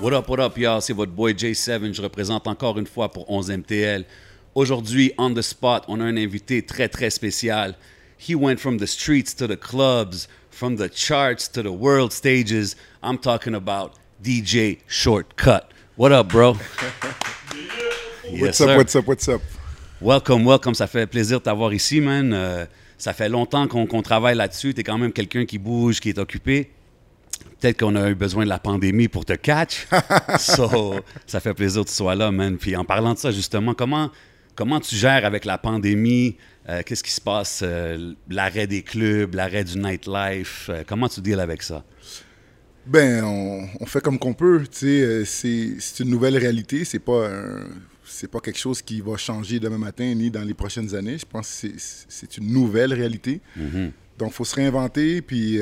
What up, y'all? C'est votre boy J7. Je représente encore une fois pour 11MTL. Aujourd'hui, on the spot, on a un invité très, très spécial. He went from the streets to the clubs, from the charts to the world stages. I'm talking about DJ Shortcut. What up, bro? Yes, what's up? Welcome. Ça fait plaisir de t'avoir ici, man. Ça fait longtemps qu'on travaille là-dessus. T'es quand même quelqu'un qui bouge, qui est occupé. Peut-être qu'on a eu besoin de la pandémie pour te catch. Ça fait plaisir que tu sois là, man. Puis en parlant de ça, justement, comment tu gères avec la pandémie? Qu'est-ce qui se passe? L'arrêt des clubs, l'arrêt du nightlife. Comment tu deals avec ça? Ben, on fait comme qu'on peut. Tu sais, c'est une nouvelle réalité. C'est pas quelque chose qui va changer demain matin ni dans les prochaines années. Je pense que c'est une nouvelle réalité. Mm-hmm. Donc, il faut se réinventer puis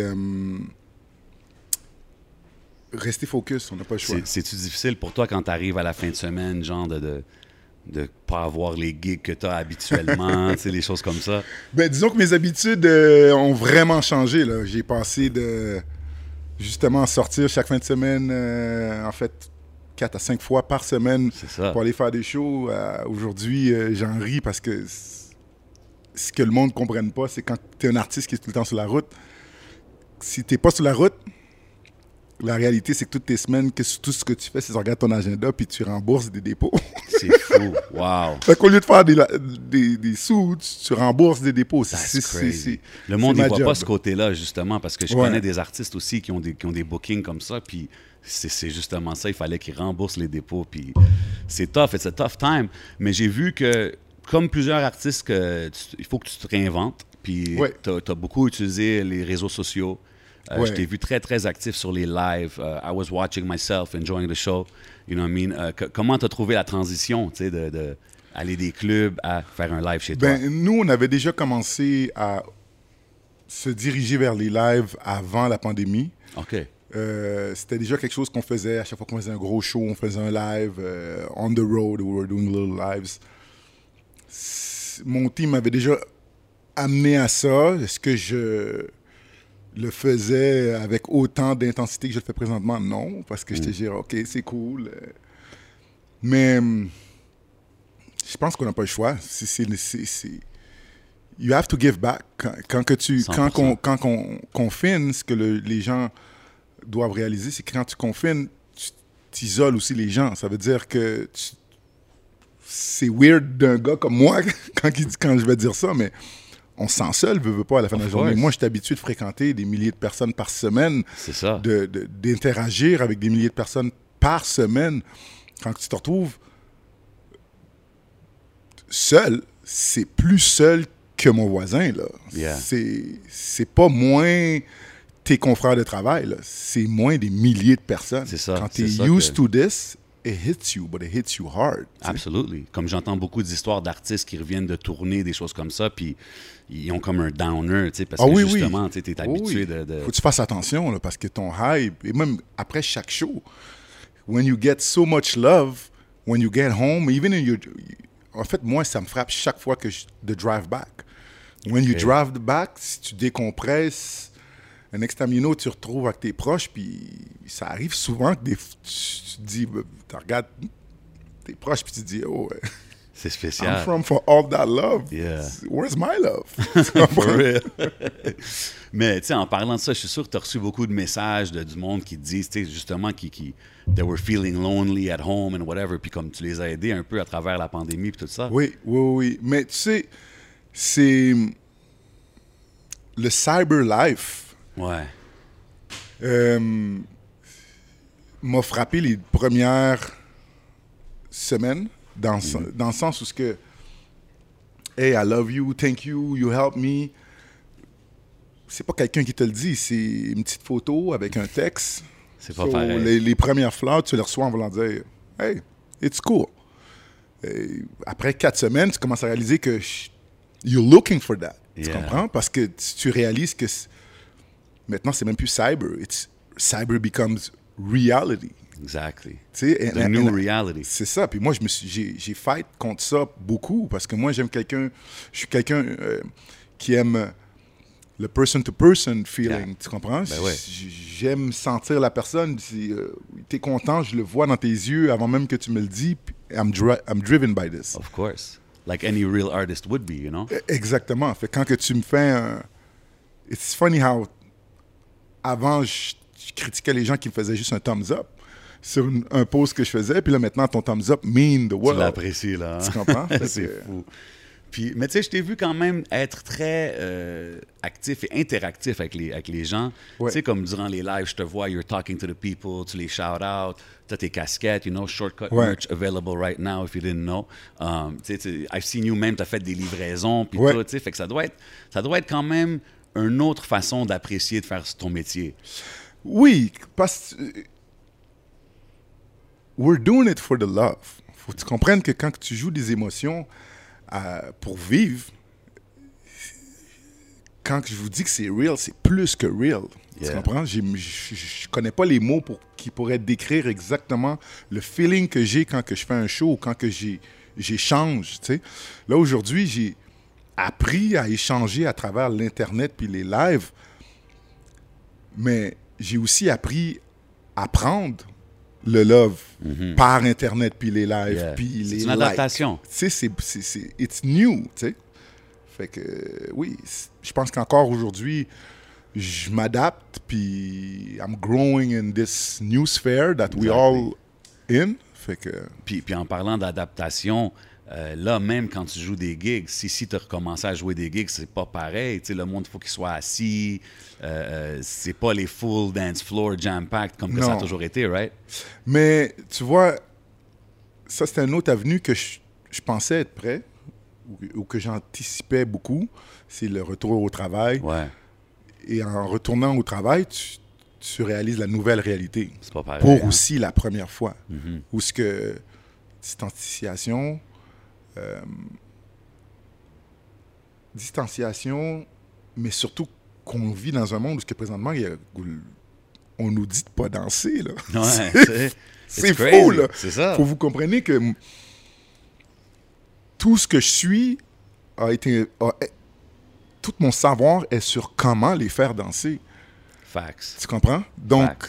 rester focus. On n'a pas le choix. C'est-tu difficile pour toi quand tu arrives à la fin de semaine, genre de pas avoir les gigs que tu as habituellement, tu sais, les choses comme ça? Ben, disons que mes habitudes ont vraiment changé, là. J'ai passé de, justement, sortir chaque fin de semaine, en fait, 4 à 5 fois par semaine pour aller faire des shows. Aujourd'hui, j'en ris parce que ce que le monde ne comprenne pas, c'est quand tu es un artiste qui est tout le temps sur la route. Si tu n'es pas sur la route, la réalité, c'est que toutes tes semaines, tout ce que tu fais, c'est que tu regardes ton agenda puis tu rembourses des dépôts. C'est fou. Wow. Fait qu'au lieu de faire des sous, tu rembourses des dépôts. Le monde ne voit pas ce côté-là, justement, parce que je connais des artistes aussi qui ont des bookings comme ça, puis c'est justement ça. Il fallait qu'ils remboursent les dépôts, puis c'est tough. It's a tough time. Mais j'ai vu que, comme plusieurs artistes, il faut que tu te réinventes, puis tu as beaucoup utilisé les réseaux sociaux. Je t'ai vu très, très actif sur les lives. I was watching myself, enjoying the show. You know what I mean? Comment tu as trouvé la transition, tu sais, d'aller des clubs à faire un live chez toi? Nous, on avait déjà commencé à se diriger vers les lives avant la pandémie. OK. C'était déjà quelque chose qu'on faisait. À chaque fois qu'on faisait un gros show, on faisait un live. On the road, we were doing little lives. Mon team m'avait déjà amené à ça. Est-ce que je le faisais avec autant d'intensité que je le fais présentement? Non, parce que je te dirais, OK, c'est cool. Mais je pense qu'on n'a pas le choix. You have to give back. Quand on confine, ce que les gens doivent réaliser, c'est que quand tu confines, tu t'isoles aussi les gens. Ça veut dire que c'est weird d'un gars comme moi quand je vais dire ça, mais on se sent seul, veut pas, à la fin de la journée. Moi, je suis habitué de fréquenter des milliers de personnes par semaine. C'est ça. D'interagir avec des milliers de personnes par semaine. Quand tu te retrouves seul, c'est plus seul que mon voisin, là. Yeah. C'est pas moins tes confrères de travail, là. C'est moins des milliers de personnes. C'est ça. Quand tu es used to this, it hits you, but it hits you hard. Absolutely. Comme j'entends beaucoup d'histoires d'artistes qui reviennent de tourner, des choses comme ça, puis ils ont comme un downer, tu sais, parce que justement, tu es habitué de... Faut que tu fasses attention, là, parce que ton hype, et même après chaque show, when you get so much love, when you get home, even in your... En fait, moi, ça me frappe chaque fois que de drive back. When you drive back, si tu décompresses, un next time you know, tu te retrouves avec tes proches, puis ça arrive souvent que tu te dis, tu regardes tes proches, puis tu te dis, oh, c'est spécial. I'm from for all that love. Yeah. Where's my love? For real. Mais tu sais, en parlant de ça, je suis sûr que tu as reçu beaucoup de messages du monde qui te disent, tu sais, justement, qui they were feeling lonely at home and whatever, puis comme tu les as aidés un peu à travers la pandémie puis tout ça. Oui. Mais tu sais, c'est le cyber life. Ouais. M'a frappé les premières semaines dans le sens où ce que hey, I love you, thank you, you help me. C'est pas quelqu'un qui te le dit, c'est une petite photo avec un texte. C'est pas pareil. Les premières fleurs, tu les reçois en voulant dire hey, it's cool. Et après 4 semaines, tu commences à réaliser que you're looking for that. Yeah. Tu comprends? Parce que tu réalises que maintenant, c'est même plus cyber. Cyber becomes reality. Exactly. The new reality. C'est ça. Puis moi, j'ai fight contre ça beaucoup parce que moi, je suis quelqu'un qui aime le person-to-person feeling, tu comprends? Ben ouais. J'aime sentir la personne. Si t'es content, je le vois dans tes yeux avant même que tu me le dis. I'm driven by this. Of course. Like any real artist would be, you know? Exactement. Fait quand que tu me fais un... It's funny how... Avant, je critiquais les gens qui me faisaient juste un thumbs up sur un post que je faisais. Puis là, maintenant, ton thumbs up mean the world. Tu l'apprécies, là. Tu comprends? C'est fou. Puis, mais tu sais, je t'ai vu quand même être très actif et interactif avec les gens. Ouais. Tu sais, comme durant les lives, je te vois, you're talking to the people, tu les shout out, tu as tes casquettes, you know, shortcut merch available right now if you didn't know. I've seen you même, tu as fait des livraisons, puis tout, tu sais, fait que ça doit être quand même une autre façon d'apprécier de faire ton métier. Oui, parce que we're doing it for the love. Faut que tu comprennes que quand tu joues des émotions pour vivre, quand je vous dis que c'est real, c'est plus que real. Tu comprends? Je connais pas les mots qui pourraient décrire exactement le feeling que j'ai quand que je fais un show ou quand que j'échange. Tu sais. Là, aujourd'hui, j'ai appris à échanger à travers l'Internet puis les lives, mais j'ai aussi appris à prendre le love par Internet, puis les lives, puis les likes. C'est une adaptation. Tu sais, it's new, tu sais. Fait que, oui, je pense qu'encore aujourd'hui, je m'adapte, puis I'm growing in this new sphere that we all in. Fait que... Puis en parlant d'adaptation, là, même quand tu joues des gigs, si tu as recommencé à jouer des gigs, c'est pas pareil. Tu sais, le monde, il faut qu'il soit assis. C'est pas les full dance floor jam-packed comme que ça a toujours été, right? Mais, tu vois, ça, c'était une autre avenue que je pensais être prêt ou que j'anticipais beaucoup. C'est le retour au travail. Ouais. Et en retournant au travail, tu réalises la nouvelle réalité. C'est pas pareil. Pour aussi la première fois. Où ce que distanciation, mais surtout qu'on vit dans un monde où présentement, on nous dit de pas danser. Là. Ouais, c'est fou, là. C'est ça. Faut vous compreniez que tout ce que je suis tout mon savoir est sur comment les faire danser. Facts. Tu comprends? Donc,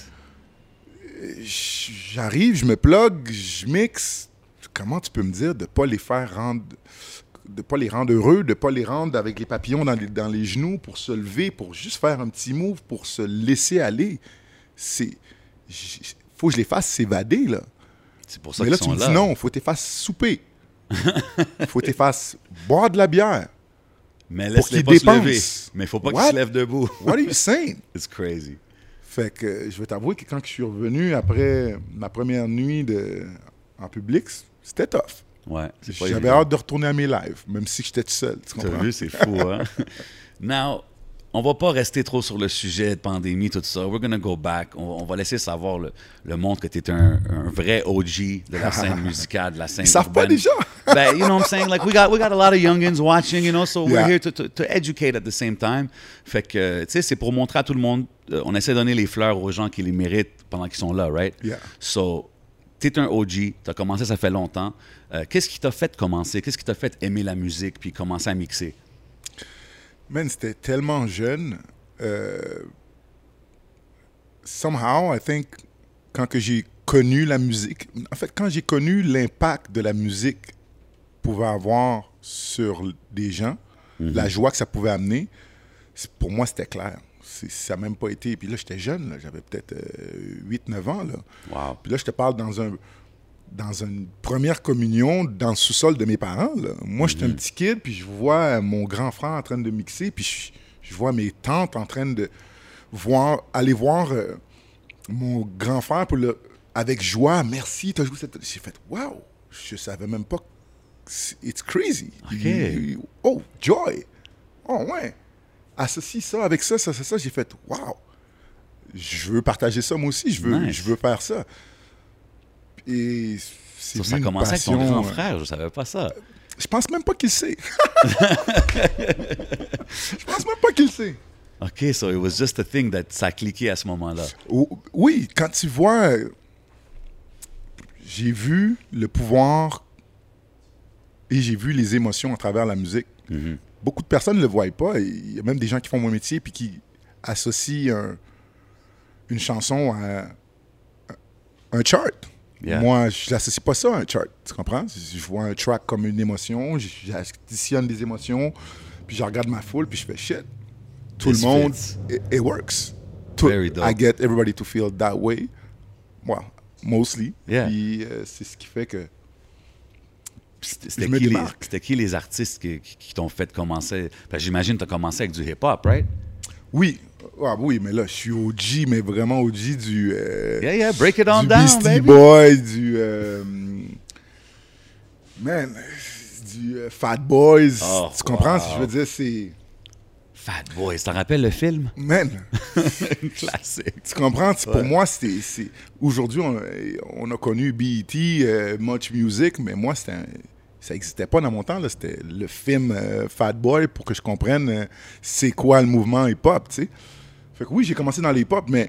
j'arrive, je me plug, je mixe. Comment tu peux me dire de ne pas les rendre heureux, de ne pas les rendre avec les papillons dans les genoux pour se lever, pour juste faire un petit move, pour se laisser aller? Faut que je les fasse s'évader, là. C'est pour ça Mais là, tu me dis non, faut que tu les fasses souper. Faut que tu les fasses boire de la bière. Mais laisse-les pas se lever. Mais il faut pas qu'ils se lèvent debout. What are you saying? It's crazy. Fait que je vais t'avouer que quand je suis revenu après ma première nuit en public, c'était tough. Ouais. J'avais hâte de retourner à mes lives, même si j'étais tout seul. Tu comprends? T'as vu, c'est fou, hein? Now, on va pas rester trop sur le sujet de pandémie, tout ça. We're gonna go back. On va laisser savoir le monde que tu es un vrai OG de la scène musicale, de la scène urbaine. Ils savent pas déjà. Ben, you know what I'm saying? Like, we got a lot of youngins watching, you know, so we're here to educate at the same time. Fait que, tu sais, c'est pour montrer à tout le monde, on essaie de donner les fleurs aux gens qui les méritent pendant qu'ils sont là, right? Yeah. So, t'es un OG, t'as commencé, ça fait longtemps. Qu'est-ce qui t'a fait commencer? Qu'est-ce qui t'a fait aimer la musique puis commencer à mixer? Man, c'était tellement jeune. Somehow, I think, quand que j'ai connu la musique, en fait, quand j'ai connu l'impact de la musique pouvait avoir sur des gens, la joie que ça pouvait amener, pour moi, c'était clair. Ça n'a même pas été... Puis là, j'étais jeune, là, j'avais peut-être 8-9 ans. Là. Wow. Puis là, je te parle dans une première communion dans le sous-sol de mes parents. Là. Moi, j'étais un petit kid, puis je vois mon grand frère en train de mixer, puis je vois mes tantes en train de aller voir mon grand frère avec joie. Merci, t'as joué cette... J'ai fait, wow, je savais même pas. It's crazy. Okay. Oh, joy. Oh, ouais. Associe ça avec ça. J'ai fait, wow. Je veux partager ça, moi aussi. Je veux faire ça. Et ça a commencé avec ton grand frère, je savais pas ça. Je pense même pas qu'il sait. Je pense même pas qu'il sait. OK, so it was just a thing that ça a cliqué à ce moment-là. Oui, quand tu vois... j'ai vu le pouvoir et j'ai vu les émotions à travers la musique beaucoup de personnes ne le voient pas. Il y a même des gens qui font mon métier puis qui associent une chanson à un chart. Yeah. Moi, je n'associe pas ça à un chart, tu comprends? Je vois un track comme une émotion, j'additionne des émotions, puis je regarde ma foule, puis je fais shit. Tout le monde, it works. Very dope. I get everybody to feel that way. Well, mostly. Yeah. Puis c'est ce qui fait que C'était qui les artistes qui t'ont fait commencer? Parce que j'imagine que tu as commencé avec du hip-hop, right? Oui. Ah, oui, mais là, je suis OG, mais vraiment OG du... yeah, break it on du down, Beastie baby. Boy, du... du Fat Boys. Oh, tu comprends? wow. Si je veux dire, c'est... Fat Boys, t'en rappelles le film? Man! Classique. Tu comprends? Pour moi, c'est... Aujourd'hui, on a connu BET, Much Music, mais moi, ça n'existait pas dans mon temps. Là. C'était le film Fat Boy pour que je comprenne c'est quoi le mouvement hip-hop, tu sais. Fait que oui, j'ai commencé dans le hip-hop, mais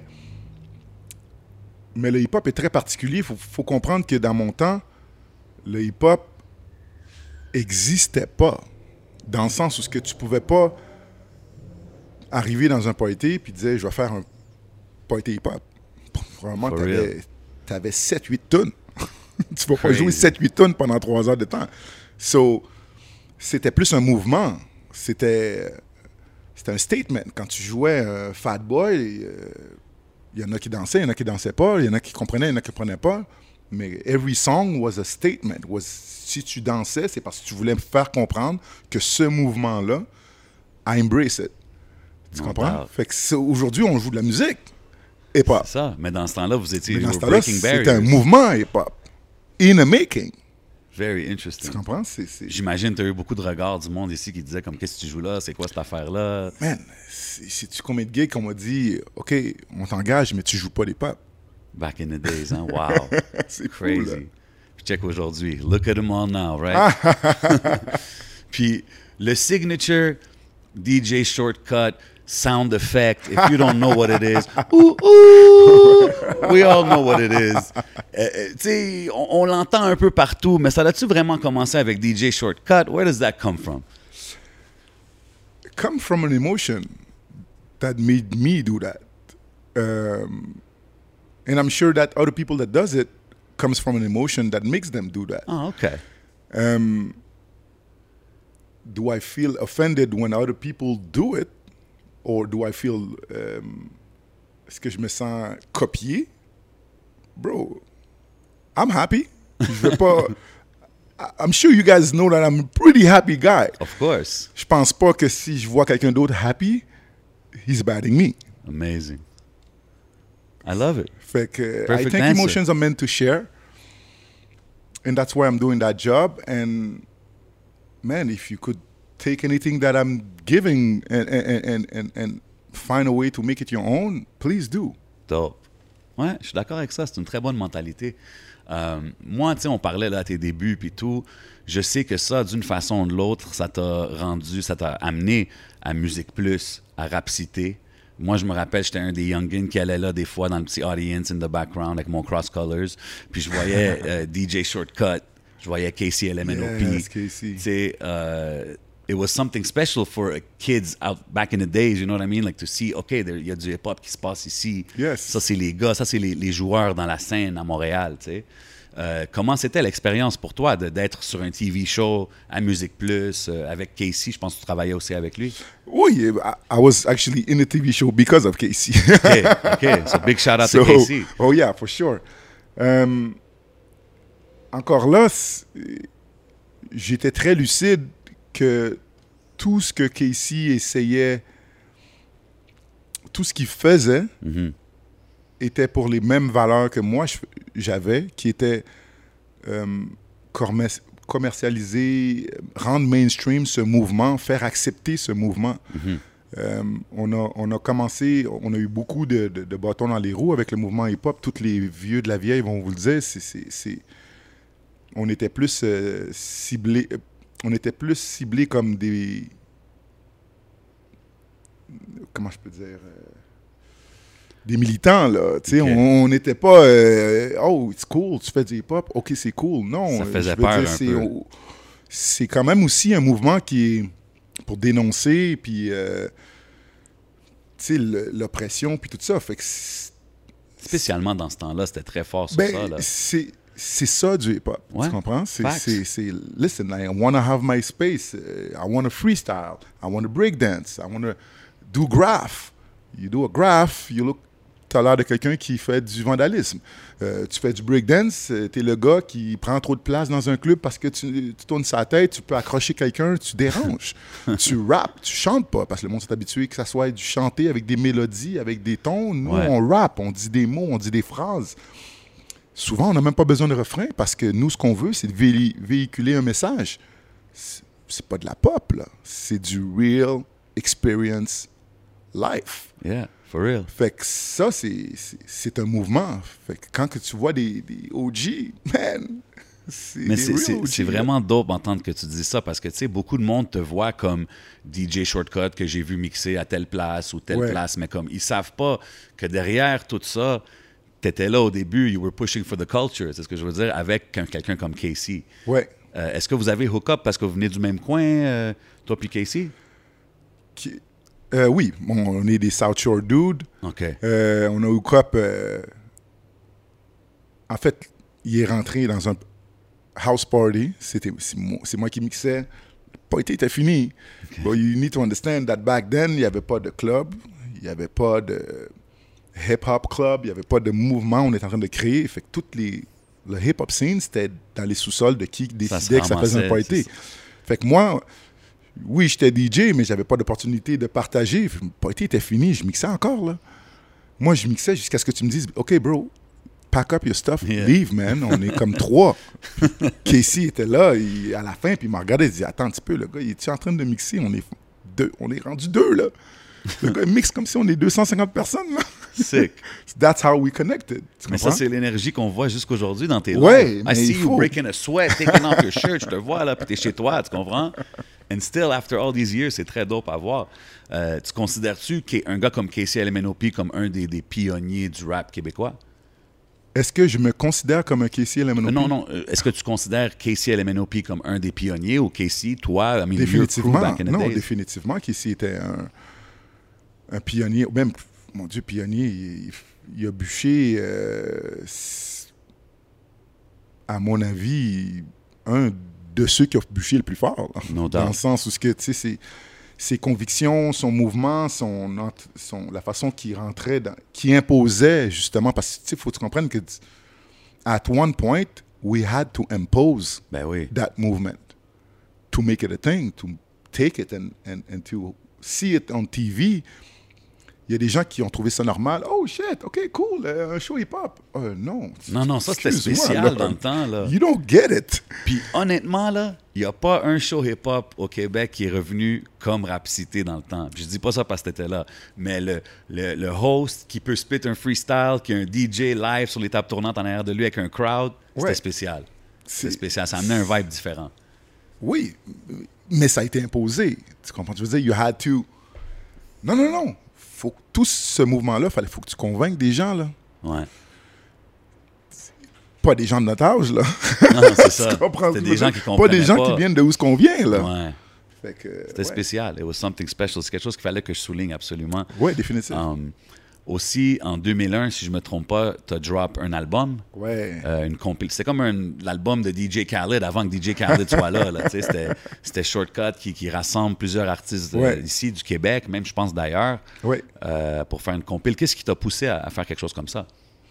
le hip-hop est très particulier. Faut comprendre que dans mon temps, le hip-hop n'existait pas. Dans le sens où ce que tu pouvais pas arriver dans un party puis dire, je vais faire un party hip-hop. Vraiment, t'avais 7-8 tonnes. Tu vas pas jouer 7-8 tonnes pendant 3 heures de temps. So, c'était plus un mouvement. C'était un statement. Quand tu jouais Fat Boy, il y en a qui dansaient, il y en a qui dansaient pas, il y en a qui comprenaient, il y en a qui comprenaient pas. Mais every song was a statement. Si tu dansais, c'est parce que tu voulais faire comprendre que ce mouvement-là, I embrace it. Tu comprends? Fait que aujourd'hui, on joue de la musique hip-hop. C'est ça. Mais dans ce temps-là, vous étiez breaking barriers. C'était un mouvement hip-hop. In a making. Very interesting. Tu comprends? J'imagine que tu as eu beaucoup de regards du monde ici qui disaient comme, qu'est-ce que tu joues là? C'est quoi cette affaire-là? Man, sais-tu combien de gigs qu'on m'a dit, OK, on t'engage, mais tu joues pas l'hip-hop? Back in the days, hein? Wow. C'est crazy. Fou, Puis check aujourd'hui. Look at them all now, right? Puis le signature DJ shortcut sound effect, if you don't know what it is, ooh, ooh, we all know what it is. Tu sais, on l'entend un peu partout, mais ça a-tu vraiment commencé avec DJ Shortcut? Where does that come from? Come from an emotion that made me do that. And I'm sure that other people that does it comes from an emotion that makes them do that. Oh, okay. Do I feel offended when other people do it? Or do I feel... est-ce que je me sens copié? Bro, I'm happy. Je veux pas... I'm sure you guys know that I'm a pretty happy guy. Of course. Je pense pas que si je vois quelqu'un d'autre happy, he's batting me. Amazing. I love it. Fait que Perfect I think answer. emotions are meant to share. And that's why I'm doing that job. And man, if you could take anything that I'm giving and find a way to make it your own, please do. Top. Ouais, je suis d'accord avec ça. C'est une très bonne mentalité. Moi, tu sais, on parlait là à tes débuts puis tout. Je sais que ça, d'une façon ou de l'autre, ça t'a amené à Musique Plus, à Rap Cité. Moi, je me rappelle, j'étais un des youngins qui allait là des fois dans le petit audience in the background avec mon Cross Colors. Puis je voyais DJ Shortcut, je voyais Casey LMNOP. Yes, Casey. Tu sais, it was something special for kids out back in the days, you know what I mean? Like to see, OK, il y a du hip-hop qui se passe ici. Yes. Ça, c'est les gars, ça, c'est les joueurs dans la scène à Montréal, tu sais. Comment c'était l'expérience pour toi d'être sur un TV show à Musique Plus avec Casey? Je pense que tu travaillais aussi avec lui. Oui, I was actually in a TV show because of Casey. OK. So big shout out to Casey. Oh yeah, for sure. Encore là, j'étais très lucide que tout ce que Casey essayait, tout ce qu'il faisait, était pour les mêmes valeurs que moi j'avais, qui étaient commercialiser, rendre mainstream ce mouvement, faire accepter ce mouvement. On a commencé, on a eu beaucoup de bâtons dans les roues avec le mouvement hip-hop. Tous les vieux de la vieille vont vous le dire. On était plus ciblés. On était plus ciblés comme des... Comment je peux dire... des militants, là. Tu sais, on n'était pas... oh, it's cool, tu fais du hip-hop. OK, c'est cool. Non. Ça faisait peur un peu. C'est quand même aussi un mouvement qui est pour dénoncer, puis l'oppression, puis tout ça. Fait que spécialement dans ce temps-là, c'était très fort sur ça. Là. C'est ça du hip-hop, tu comprends? Listen, I want to have my space. I want to freestyle. I want to breakdance. I want to do graph. You do a graph, t'as l'air de quelqu'un qui fait du vandalisme. Tu fais du breakdance, t'es le gars qui prend trop de place dans un club parce que tu tournes sa tête, tu peux accrocher quelqu'un, tu déranges. Tu rappes, tu chantes pas, parce que le monde s'est habitué que ça soit du chanter avec des mélodies, avec des tons. Nous, on rappe, on dit des mots, on dit des phrases. Souvent, on n'a même pas besoin de refrain parce que nous, ce qu'on veut, c'est de véhiculer un message. C'est pas de la pop, là. C'est du real experience life. Yeah, for real. Fait que ça, c'est un mouvement. Fait que quand que tu vois des OG, man, c'est vraiment dope d'entendre que tu dis ça parce que, tu sais, beaucoup de monde te voit comme DJ Shortcut que j'ai vu mixer à telle place ou telle place, mais comme ils savent pas que derrière tout ça, t'étais là au début, you were pushing for the culture, c'est ce que je veux dire, avec quelqu'un comme Casey. Ouais. Est-ce que vous avez hook up parce que vous venez du même coin, toi puis Casey? Oui, on est des South Shore dudes. OK. On a hook up. En fait, il est rentré dans un house party. C'est moi qui mixais. Le party était fini. Okay. But you need to understand that back then, il n'y avait pas de club, il n'y avait pas de hip-hop club, il n'y avait pas de mouvement. On était en train de créer. Fait que le hip-hop scene, c'était dans les sous-sols de qui décidait que ça faisait un party. Fait que moi... Oui, j'étais DJ, mais j'avais pas d'opportunité de partager. Le party était fini, je mixais encore, là. Moi, je mixais jusqu'à ce que tu me dises, OK, bro, pack up your stuff, leave, man. On est comme 3. Casey était là, à la fin, puis il m'a regardé, il dit, attends un petit peu, le gars, il est en train de mixer? On est rendu 2, là. Le gars, il mixe comme si on est 250 personnes, là. Sick. That's how we connected. Mais ça, c'est l'énergie qu'on voit jusqu'aujourd'hui dans tes lives. Ouais, I see you breaking a sweat, taking off your shirt, je te vois, là, puis t'es chez toi, tu comprends? And still, after all these years, c'est très dope à voir. Tu considères-tu qu'un gars comme Casey LMNOP comme un des pionniers du rap québécois? Est-ce que je me considère comme un Casey LMNOP? Non. Est-ce que tu considères Casey LMNOP comme un des pionniers ou Casey, toi, I mean, définitivement, back in the days? Définitivement, Casey était un pionnier. Même, mon Dieu, pionnier, il a bûché, à mon avis, un de ceux qui ont bûché le plus fort. Dans le sens où ses convictions, son mouvement, la façon qu'il rentrait, qui imposait justement, parce que il faut que tu comprennes que at one point, we had to impose that movement to make it a thing, to take it and to see it on TV. Il y a des gens qui ont trouvé ça normal. Oh shit, OK, cool, un show hip-hop. Non. Non, ça c'était spécial dans le temps. Là. You don't get it. Puis honnêtement, là, il n'y a pas un show hip-hop au Québec qui est revenu comme Rap Cité dans le temps. Puis je dis pas ça parce que t'étais là, mais le host qui peut spit un freestyle, qui a un DJ live sur les tables tournantes en arrière de lui avec un crowd, c'était spécial. C'était spécial, ça amenait un vibe différent. Oui, mais ça a été imposé. Tu comprends? Tu veux dire, you had to... Non. Faut que tout ce mouvement-là, faut que tu convainques des gens, là. Ouais. Pas des gens de notre âge, là. Non, c'est ça. C'est des gens qui comprennent pas. Des gens qui viennent de où ce qu'on vient, là. Ouais. C'était spécial. It was something special. C'est quelque chose qu'il fallait que je souligne absolument. Oui, définitivement. Aussi, en 2001, si je ne me trompe pas, tu as drop un album. Ouais. C'était comme l'album de DJ Khaled avant que DJ Khaled soit là. C'était Shortcut qui rassemble plusieurs artistes ici du Québec, même je pense d'ailleurs, pour faire une compile. Qu'est-ce qui t'a poussé à faire quelque chose comme ça?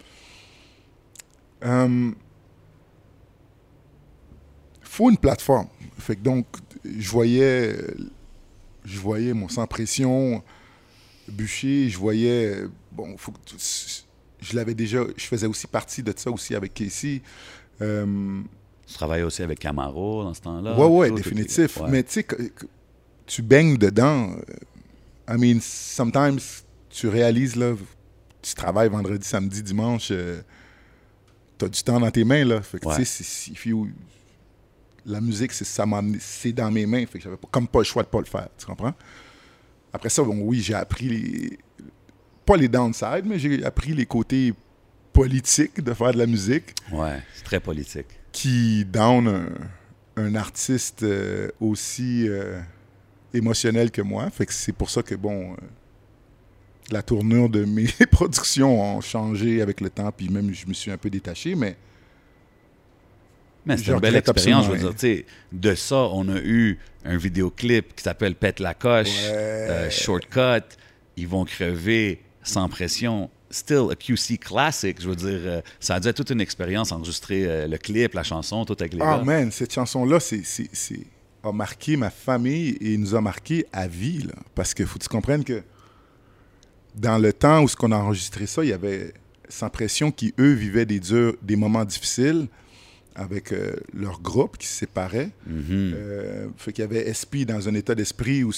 Faut une plateforme. Fait que donc, je voyais mon Sans Pression bûcher, je voyais... Bon, je l'avais déjà... Je faisais aussi partie de ça aussi avec Casey. Tu travaillais aussi avec Camaro dans ce temps-là? Oui, définitif. Mais tu sais, tu baignes dedans. I mean, sometimes, tu réalises, là, tu travailles vendredi, samedi, dimanche, tu as du temps dans tes mains, là. Fait que tu sais, la musique, c'est dans mes mains. Fait que j'avais pas le choix de pas le faire, tu comprends? Après ça, bon, oui, j'ai appris pas les downsides, mais j'ai appris les côtés politiques de faire de la musique. Ouais, c'est très politique. Qui down un artiste aussi émotionnel que moi. Fait que c'est pour ça que, bon, la tournure de mes productions ont changé avec le temps, puis même je me suis un peu détaché, mais c'est une belle expérience, je veux dire. T'sais, de ça, on a eu un vidéoclip qui s'appelle Pète la coche, Shortcut, Ils vont crever, Sans pression. Still a QC classic, je veux dire. Ça a dû être toute une expérience enregistrer le clip, la chanson, tout avec les gars. Ah, man, cette chanson-là, a marqué ma famille et nous a marqué à vie, là. Parce qu'il faut que tu comprennes que dans le temps où on a enregistré ça, il y avait Sans pression qui, eux, vivaient des moments difficiles avec leur groupe qui se séparait. Fait qu'il y avait SP dans un état d'esprit où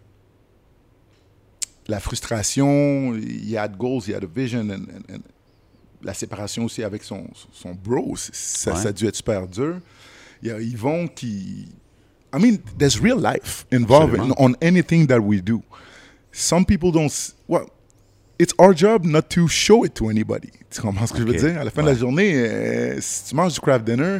la frustration, il y a de goals, il y a de vision, la séparation aussi avec son bro, ça a dû être super dur. Il y a Yvon qui... I mean, there's real life involved on anything that we do. Some people don't... Well, it's our job not to show it to anybody. Tu comprends ce que je veux dire? À la fin de la journée, si tu manges du craft dinner,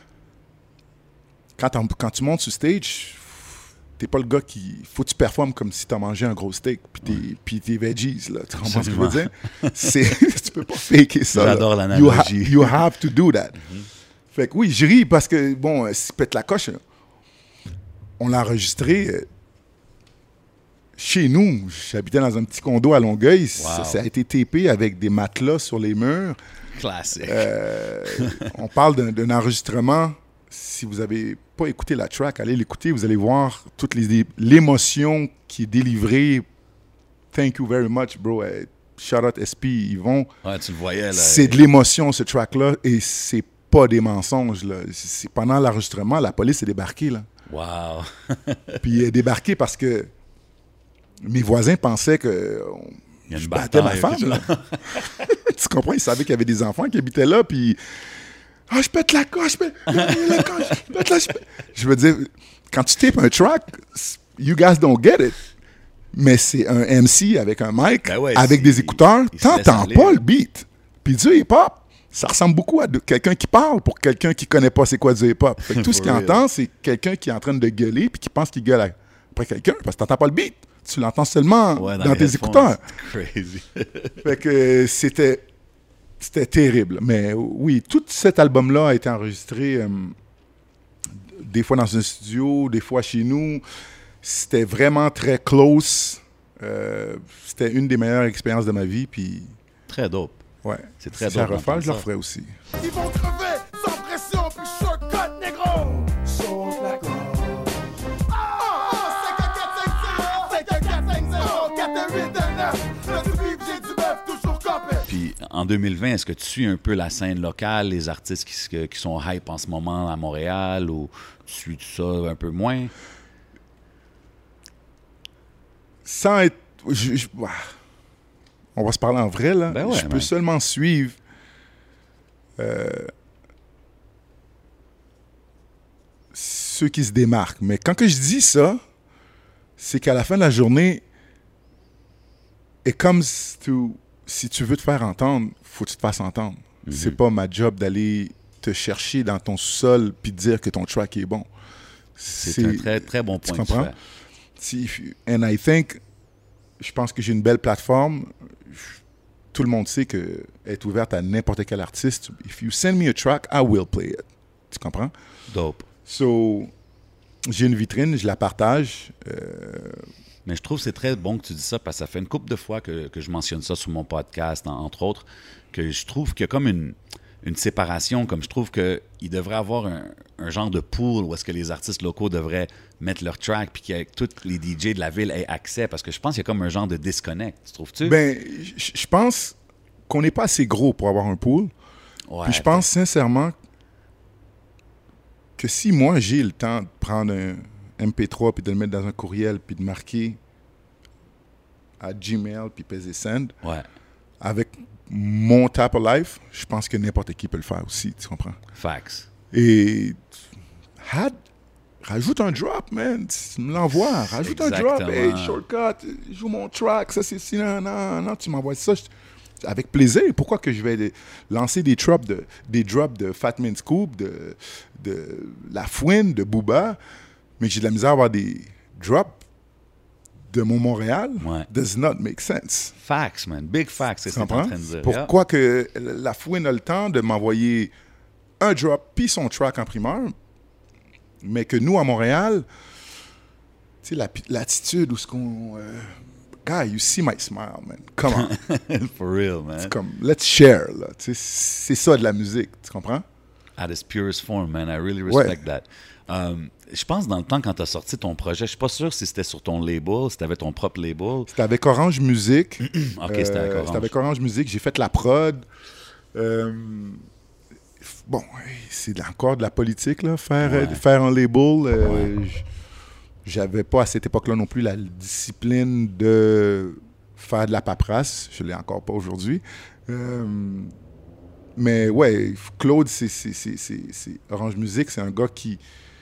quand tu montes sur stage, t'es pas le gars qui... Faut que tu performes comme si t'as mangé un gros steak puis tes veggies, là. Tu comprends ce que je veux dire? Tu peux pas faker ça. J'adore l'analogie. You have to do that. Fait que oui, je ris parce que, bon, Pète la coche, on l'a enregistré... Chez nous, j'habitais dans un petit condo à Longueuil. Wow. Ça a été tapé avec des matelas sur les murs. Classique. On parle d'un enregistrement. Si vous n'avez pas écouté la track, allez l'écouter. Vous allez voir toute l'émotion qui est délivrée. Thank you very much, bro. Shout out SP, Yvon. Ouais, tu le voyais, là. C'est de l'émotion, ce track-là, et c'est pas des mensonges, là. C'est pendant l'enregistrement, la police est débarquée, là. Wow. Puis elle est débarquée parce que mes voisins pensaient que je battais ma femme. Là. Tu comprends? Ils savaient qu'il y avait des enfants qui habitaient là, puis « Ah, je pète la coche, je pète la coche, je veux dire, quand tu tapes un track, you guys don't get it. Mais c'est un MC avec un mic, avec des écouteurs, t'entends pas le beat. Puis du hip-hop, ça ressemble beaucoup à quelqu'un qui parle pour quelqu'un qui connaît pas c'est quoi du hip-hop. Fait que tout ce qu'il entend, c'est quelqu'un qui est en train de gueuler puis qui pense qu'il gueule après quelqu'un parce que t'entends pas le beat. Tu l'entends seulement dans tes écouteurs. Crazy. Fait que c'était terrible. Mais oui, tout cet album-là a été enregistré des fois dans un studio, des fois chez nous. C'était vraiment très close. C'était une des meilleures expériences de ma vie. Puis... Très dope. Ouais. C'est très dope. Si à refaire, je le referais aussi. Ils vont crever sans pression, puis shortcut, négro! Saute la gorge. Puis en 2020, est-ce que tu suis un peu la scène locale, les artistes qui sont hype en ce moment à Montréal, ou tu suis ça un peu moins? Sans être... on va se parler en vrai, là. Ben ouais, je peux seulement suivre ceux qui se démarquent. Mais quand que je dis ça, c'est qu'à la fin de la journée, it comes to... Si tu veux te faire entendre, faut que tu te fasses entendre. C'est pas ma job d'aller te chercher dans ton sous-sol puis dire que ton track est bon. C'est un très, très bon point. Tu comprends? And I think, je pense que j'ai une belle plateforme. Tout le monde sait qu'elle est ouverte à n'importe quel artiste. If you send me a track, I will play it. Tu comprends? Dope. So, j'ai une vitrine, je la partage. Mais je trouve que c'est très bon que tu dis ça, parce que ça fait une couple de fois que je mentionne ça sur mon podcast, entre autres, que je trouve qu'il y a comme une séparation, comme je trouve qu'il devrait avoir un genre de pool où est-ce que les artistes locaux devraient mettre leur track puis que tous les DJ de la ville aient accès, parce que je pense qu'il y a comme un genre de disconnect, tu trouves-tu? Ben, je pense qu'on n'est pas assez gros pour avoir un pool. Ouais, puis je pense sincèrement que si moi j'ai le temps de prendre un MP3 puis de le mettre dans un courriel puis de marquer à Gmail puis peser send, avec mon Tap of Life, je pense que n'importe qui peut le faire aussi, tu comprends? Facts. Et rajoute un drop, man. Tu me l'envoies. Rajoute un drop. Hey, shortcut, joue mon track. Ça, c'est si. Non, tu m'envoies ça. Avec plaisir. Pourquoi que je vais lancer des drops de Fat Man Scoop, de La Fouine, de Booba, mais j'ai de la misère à avoir des drops de mon Montréal does not make sense. Facts, man. Big facts, c'est ce que tu es en train de dire. Pourquoi que La Fouine a le temps de m'envoyer un drop puis son track en primeur, mais que nous, à Montréal, tu sais, l'attitude où ce qu'on... Guy, you see my smile, man. Come on. For real, man. C'est comme, let's share, là. Tu sais, c'est ça de la musique, tu comprends? At its purest form, man. I really respect that. Je pense dans le temps, quand tu as sorti ton projet, je suis pas sûr si c'était sur ton label, si tu avais ton propre label. C'était avec Orange Music. OK, c'était avec Orange. C'était avec Orange Music. J'ai fait la prod. Bon, c'est encore de la politique, là, faire un label. J'avais pas à cette époque-là non plus la discipline de faire de la paperasse. Je l'ai encore pas aujourd'hui. Mais ouais, Claude, c'est Orange Music, c'est un gars qui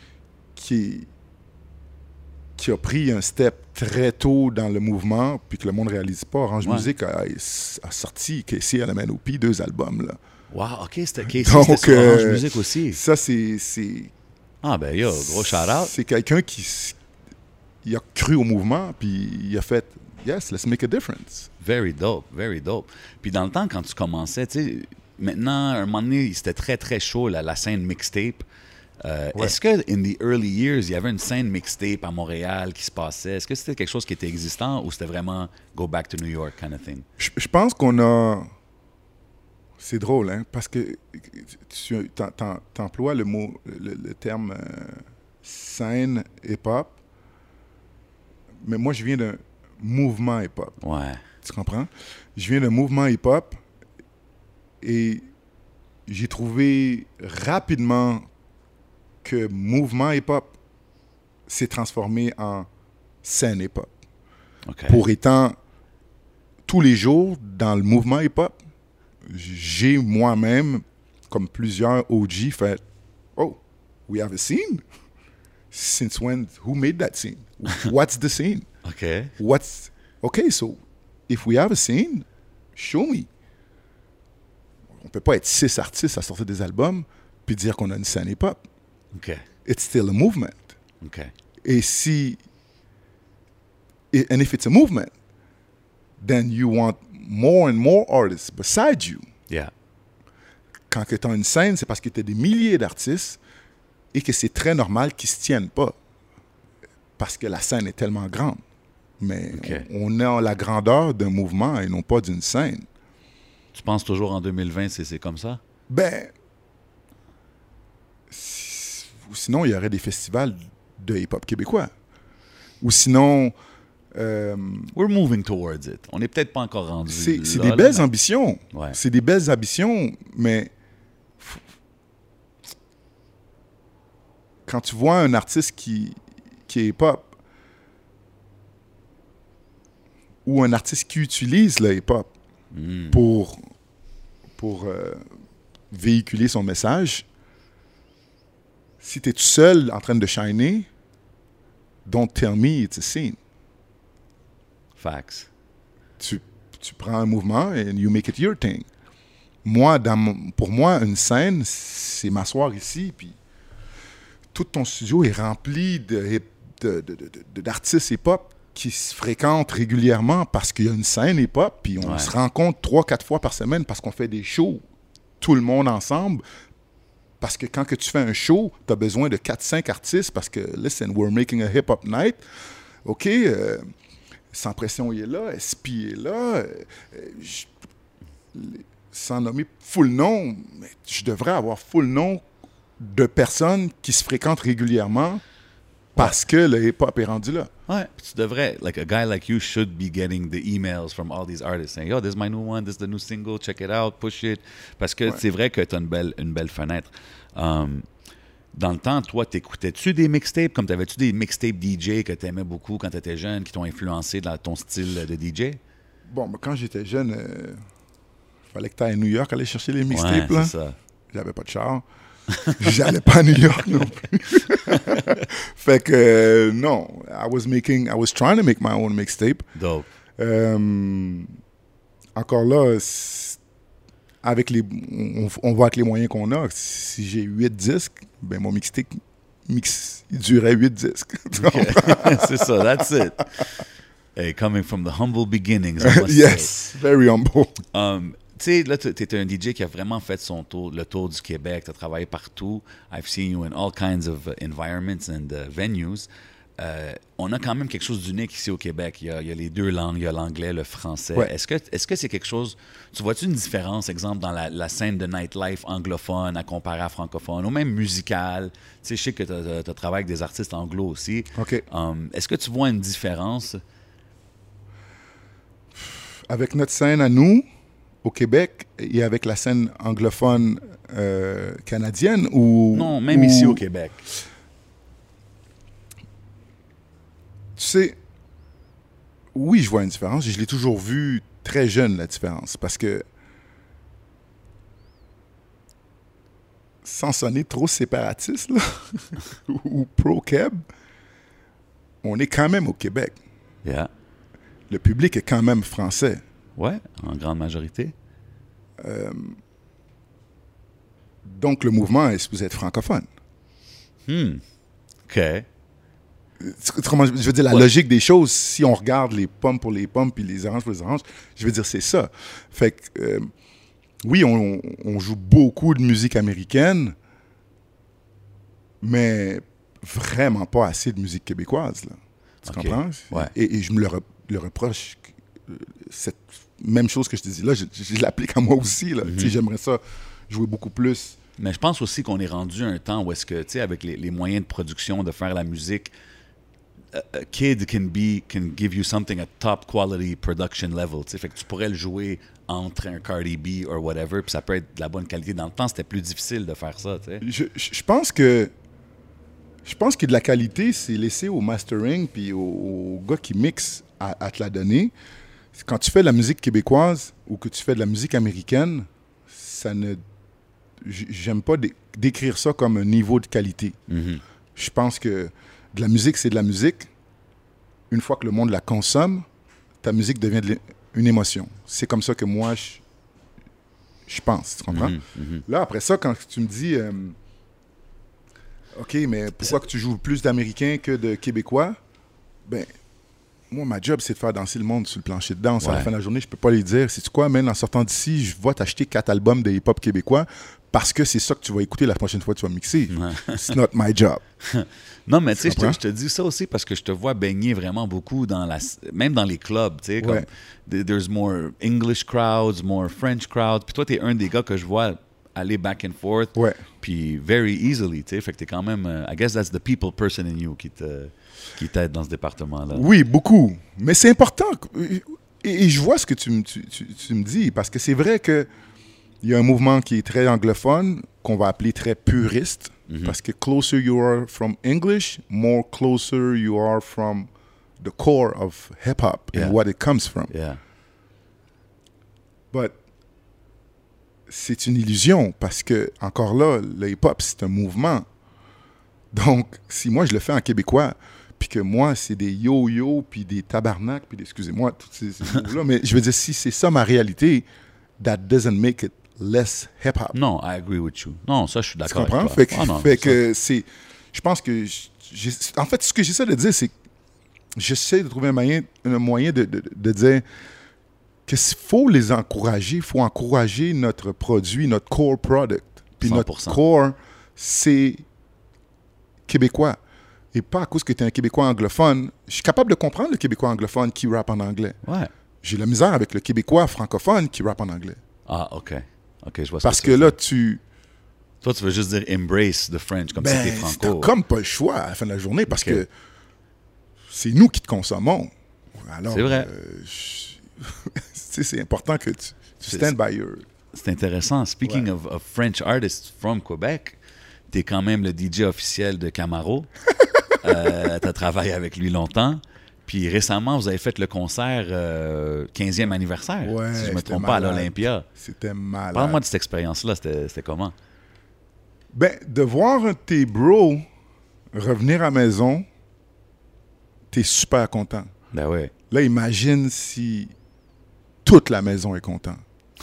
a pris un step très tôt dans le mouvement, puis que le monde ne réalise pas. Orange Music a sorti Casey à la Manopie 2 albums, là. Wow, OK, c'était Casey, c'était sur Orange Music aussi. Ça, c'est... Ah, ben, yo, gros shout-out. C'est quelqu'un qui a cru au mouvement, puis il a fait « Yes, let's make a difference ». Very dope, very dope. Puis dans le temps, quand tu commençais, tu sais, maintenant, à un moment donné, c'était très, très chaud, la scène mixtape. Est-ce que, in the early years, il y avait une scène mixtape à Montréal qui se passait? Est-ce que c'était quelque chose qui était existant ou c'était vraiment go back to New York kind of thing? Je pense qu'on a... C'est drôle, hein, parce que tu emploies le terme scène hip-hop, mais moi, je viens d'un mouvement hip-hop. Ouais. Tu comprends? Je viens d'un mouvement hip-hop et j'ai trouvé rapidement que mouvement hip-hop s'est transformé en scène hip-hop. Okay. Pour étant tous les jours dans le mouvement hip-hop, j'ai moi-même, comme plusieurs OG, fait « Oh, we have a scene? Since when? Who made that scene? What's the scene? Okay. Okay, so if we have a scene, show me. » On peut pas être 6 artistes à sortir des albums puis dire qu'on a une scène hip-hop. Okay. It's still a movement. Okay. And if it's a movement, then you want more and more artists beside you. Yeah. Quand tu as une scène, c'est parce que tu as des milliers d'artistes et que c'est très normal qu'ils ne se tiennent pas parce que la scène est tellement grande. Mais on a la grandeur d'un mouvement et non pas d'une scène. Tu penses toujours en 2020, c'est comme ça? Ben, sinon, il y aurait des festivals de hip-hop québécois. Ou sinon... We're moving towards it. On n'est peut-être pas encore rendu là. C'est des belles ambitions. Ouais. C'est des belles ambitions, mais quand tu vois un artiste qui est hip-hop ou un artiste qui utilise le hip-hop pour véhiculer son message, si tu es tout seul en train de shiner, don't tell me it's a scene. Facts. Tu prends un mouvement and you make it your thing. Moi, pour moi, une scène, c'est m'asseoir ici, puis tout ton studio est rempli d'artistes hip-hop qui se fréquentent régulièrement parce qu'il y a une scène hip-hop, puis on se rencontre 3-4 fois par semaine parce qu'on fait des shows, tout le monde ensemble. Parce que quand que tu fais un show, tu as besoin de 4-5 artistes parce que, listen, we're making a hip-hop night. OK, Sans Pression, il est là, SP est là. Sans nommer full nom, mais je devrais avoir full nom de personnes qui se fréquentent régulièrement parce que le hip-hop est rendu là. Ouais, tu devrais, like a guy like you should be getting the emails from all these artists saying, yo, this is my new one, this is the new single, check it out, push it. Parce que c'est vrai que tu as une belle fenêtre. Dans le temps, toi, t'écoutais-tu des mixtapes? Comme t'avais-tu des mixtapes DJ que t'aimais beaucoup quand t'étais jeune, qui t'ont influencé dans ton style de DJ? Bon, mais quand j'étais jeune, il fallait que tu ailles à New York aller chercher les mixtapes. Ouais, là. C'est ça. J'avais pas de char. J'allais pas à New York non plus. Fait que non, I was trying to make my own mixtape. Dope. Encore là, avec on voit avec les moyens qu'on a. Si j'ai 8 disques, ben mon mixtape il durait 8 disques. Okay. C'est ça, that's it. Hey, coming from the humble beginnings, yes, very humble. Tu sais, là, tu es un DJ qui a vraiment fait le tour du Québec. Tu as travaillé partout. I've seen you in all kinds of environments and venues. On a quand même quelque chose d'unique ici au Québec. Il y a les deux langues, il y a l'anglais, le français. Ouais. Est-ce que c'est quelque chose... Tu vois-tu une différence, exemple, dans la scène de nightlife anglophone à comparer à francophone, ou même musicale? Tu sais, je sais que tu as travaillé avec des artistes anglo aussi. OK. Est-ce que tu vois une différence? Avec notre scène à nous, au Québec, et avec la scène anglophone canadienne ou... Non, même ici au Québec. Tu sais, oui, je vois une différence. Je l'ai toujours vu très jeune, la différence. Parce que, sans sonner trop séparatiste, là, ou pro-Keb, on est quand même au Québec. Yeah. Le public est quand même français. Ouais, en grande majorité. Donc, le mouvement est supposé être francophone. OK. Je veux dire, la logique des choses, si on regarde les pommes pour les pommes puis les oranges pour les oranges, je veux dire, c'est ça. Fait que, oui, on joue beaucoup de musique américaine, mais vraiment pas assez de musique québécoise, là. Tu comprends? Ouais. Et je me le reproche. Cette même chose que je te dis là, je l'applique à moi aussi, là. Tu sais, j'aimerais ça jouer beaucoup plus. Mais je pense aussi qu'on est rendu à un temps où est-ce que, tu sais, avec les moyens de production, de faire la musique, a kid can give you something at top quality production level. Fait que tu pourrais le jouer entre un Cardi B ou whatever, puis ça peut être de la bonne qualité. Dans le temps, c'était plus difficile de faire ça. Je pense que de la qualité, c'est laissé au mastering puis au gars qui mixe à te la donner. Quand tu fais de la musique québécoise ou que tu fais de la musique américaine, ça ne... J'aime pas décrire ça comme un niveau de qualité. Mm-hmm. Je pense que de la musique, c'est de la musique. Une fois que le monde la consomme, ta musique devient une émotion. C'est comme ça que moi, je pense. Tu comprends? Mm-hmm. Là, après ça, quand tu me dis... OK, mais pourquoi que tu joues plus d'Américains que de Québécois? Ben, moi, ma job, c'est de faire danser le monde sur le plancher de danse. À la fin de la journée, je peux pas les dire. C'est quoi, même en sortant d'ici, je vais t'acheter 4 albums de hip-hop québécois parce que c'est ça que tu vas écouter la prochaine fois que tu vas mixer. It's not my job. Non, mais tu sais, je te dis ça aussi parce que je te vois baigner vraiment beaucoup même dans les clubs, tu sais, comme there's more English crowds, more French crowds. Puis toi, t'es un des gars que je vois aller back and forth, puis very easily, tu sais. Fait que t'es quand même, I guess that's the people person in you qui t'aide dans ce département-là. Oui, beaucoup. Mais c'est important. Et je vois ce que tu me dis, parce que c'est vrai que il y a un mouvement qui est très anglophone, qu'on va appeler très puriste, parce que closer you are from English, more closer you are from the core of hip-hop and what it comes from. Yeah. But c'est une illusion, parce que, encore là, le hip-hop, c'est un mouvement. Donc, si moi, je le fais en québécois, puis que moi, c'est des yo-yo, puis des tabarnak, puis excusez-moi, tous ces mots-là, mais je veux dire, si c'est ça ma réalité, that doesn't make it less hip-hop. Non, I agree with you. Non, ça, je suis d'accord avec toi. Fait que c'est... Je pense que... en fait, ce que j'essaie de dire, c'est que j'essaie de trouver un moyen de dire qu'il faut les encourager. Il faut encourager notre produit, notre core product. Puis 100%. Notre core, c'est québécois. Et pas à cause que tu es un Québécois anglophone. Je suis capable de comprendre le Québécois anglophone qui rappe en anglais. Ouais. J'ai la misère avec le Québécois francophone qui rappe en anglais. Ah, OK. OK, je vois ça. Parce que là, Toi, tu veux juste dire embrace the French, comme si t'es franco. T'as comme pas le choix à la fin de la journée, parce que c'est nous qui te consommons. Alors, c'est vrai. C'est important que tu stand by your... C'est intéressant. Speaking of French artists from Quebec, t'es quand même le DJ officiel de Camaro. T'as travaillé avec lui longtemps. Puis récemment, vous avez fait le concert 15e anniversaire, si je ne me trompe pas, à l'Olympia. C'était malade. Parle-moi de cette expérience-là, c'était comment? Ben, de voir un de tes bros revenir à la maison, t'es super content. Ben oui. Là, imagine si toute la maison est contente.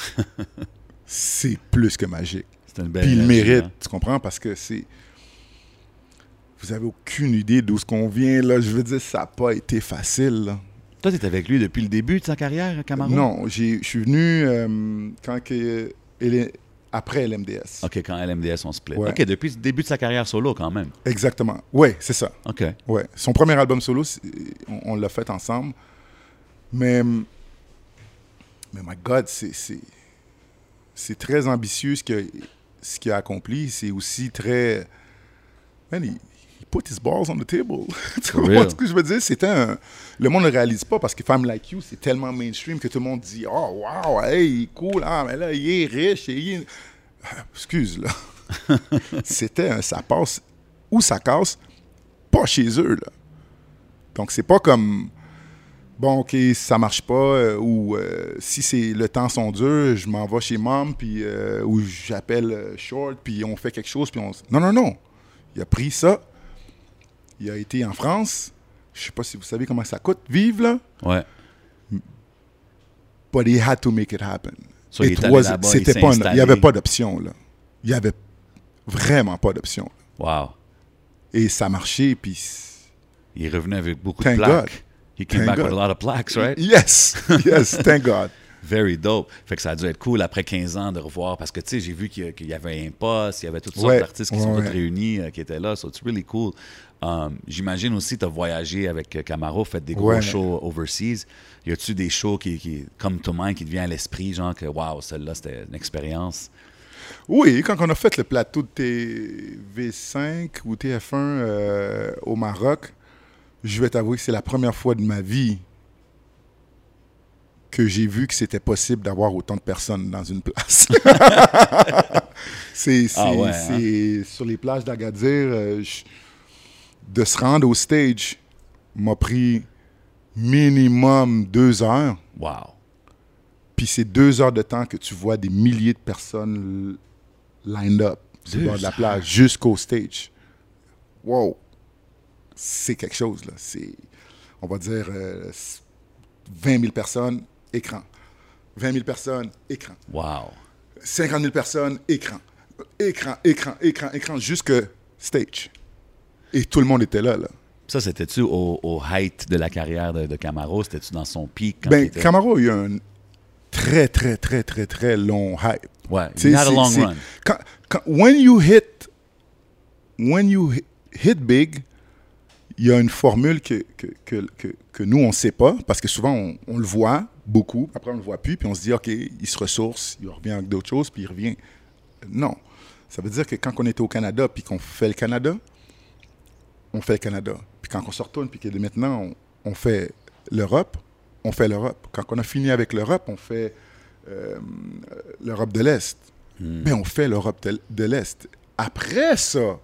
C'est plus que magique. C'est une belle Puis il mérite, hein? Tu comprends? Parce que c'est... Vous avez aucune idée d'où ce qu'on vient, là. Je veux dire, ça n'a pas été facile, là. Toi, tu étais avec lui depuis le début de sa carrière, Camaro? Non, je suis venu après LMDS. OK, quand LMDS, on split. Ouais. OK, depuis le début de sa carrière solo, quand même. Exactement. Oui, c'est ça. OK. Ouais. Son premier album solo, on l'a fait ensemble. Mais my God, c'est très ambitieux ce qu'il a accompli. C'est aussi très... Man, he put his balls on the table. Tu vois ce que je veux dire? Le monde ne le réalise pas parce que Femme Like You, c'est tellement mainstream que tout le monde dit « Oh, wow, hey, cool, ah, mais là, il est riche. Excuse, là. C'était un ça passe ou ça casse, pas chez eux, là. Donc, c'est pas comme... Bon, OK, ça marche pas, ou si le temps sont durs, je m'en vais chez Mom, puis ou j'appelle Short, puis on fait quelque chose, puis on... Non. Il a pris ça. Il a été en France. Je sais pas si vous savez comment ça coûte vivre, là. Ouais. But he had to make it happen. So il n'y avait pas d'option, là. Il n'y avait vraiment pas d'option. Wow. Et ça marchait, puis... Il est revenu avec beaucoup de plaques. He came back with a lot of plaques, right? Yes, thank God. Very dope. Fait que ça a dû être cool après 15 ans de revoir, parce que, tu sais, j'ai vu qu'il y avait un poste, il y avait toutes sortes d'artistes qui sont tous réunis, qui étaient là, so it's really cool. J'imagine aussi que tu as voyagé avec Camaro, fait des gros shows overseas. Y a-tu des shows qui comme to mind, qui te vient à l'esprit, genre que, wow, celle-là, c'était une expérience? Oui, quand on a fait le plateau de TV5 ou TF1 au Maroc, je vais t'avouer que c'est la première fois de ma vie que j'ai vu que c'était possible d'avoir autant de personnes dans une place. C'est sur les plages d'Agadir, de se rendre au stage m'a pris minimum 2 heures. Wow. Puis c'est 2 heures de temps que tu vois des milliers de personnes lined up sur le bord de la plage jusqu'au stage. Wow. C'est quelque chose, là. C'est, on va dire, 20 000 personnes, écran. 20 000 personnes, écran. Wow. 50 000 personnes, écran. Écran, jusque stage. Et tout le monde était là. Ça, c'était-tu au height de la carrière de Camaro? C'était-tu dans son pic? Camaro a eu un très, très, très, très, très long hype. Ouais, il had a long run. When you hit big, il y a une formule que nous, on ne sait pas, parce que souvent, on le voit beaucoup, après on ne le voit plus, puis on se dit, OK, il se ressource, il revient avec d'autres choses, puis il revient. Non. Ça veut dire que quand on était au Canada, puis qu'on fait le Canada, on fait le Canada. Puis quand on se retourne, puis que maintenant, on fait l'Europe, on fait l'Europe. Quand on a fini avec l'Europe, on fait l'Europe de l'Est. Mais on fait l'Europe de l'Est. Après ça,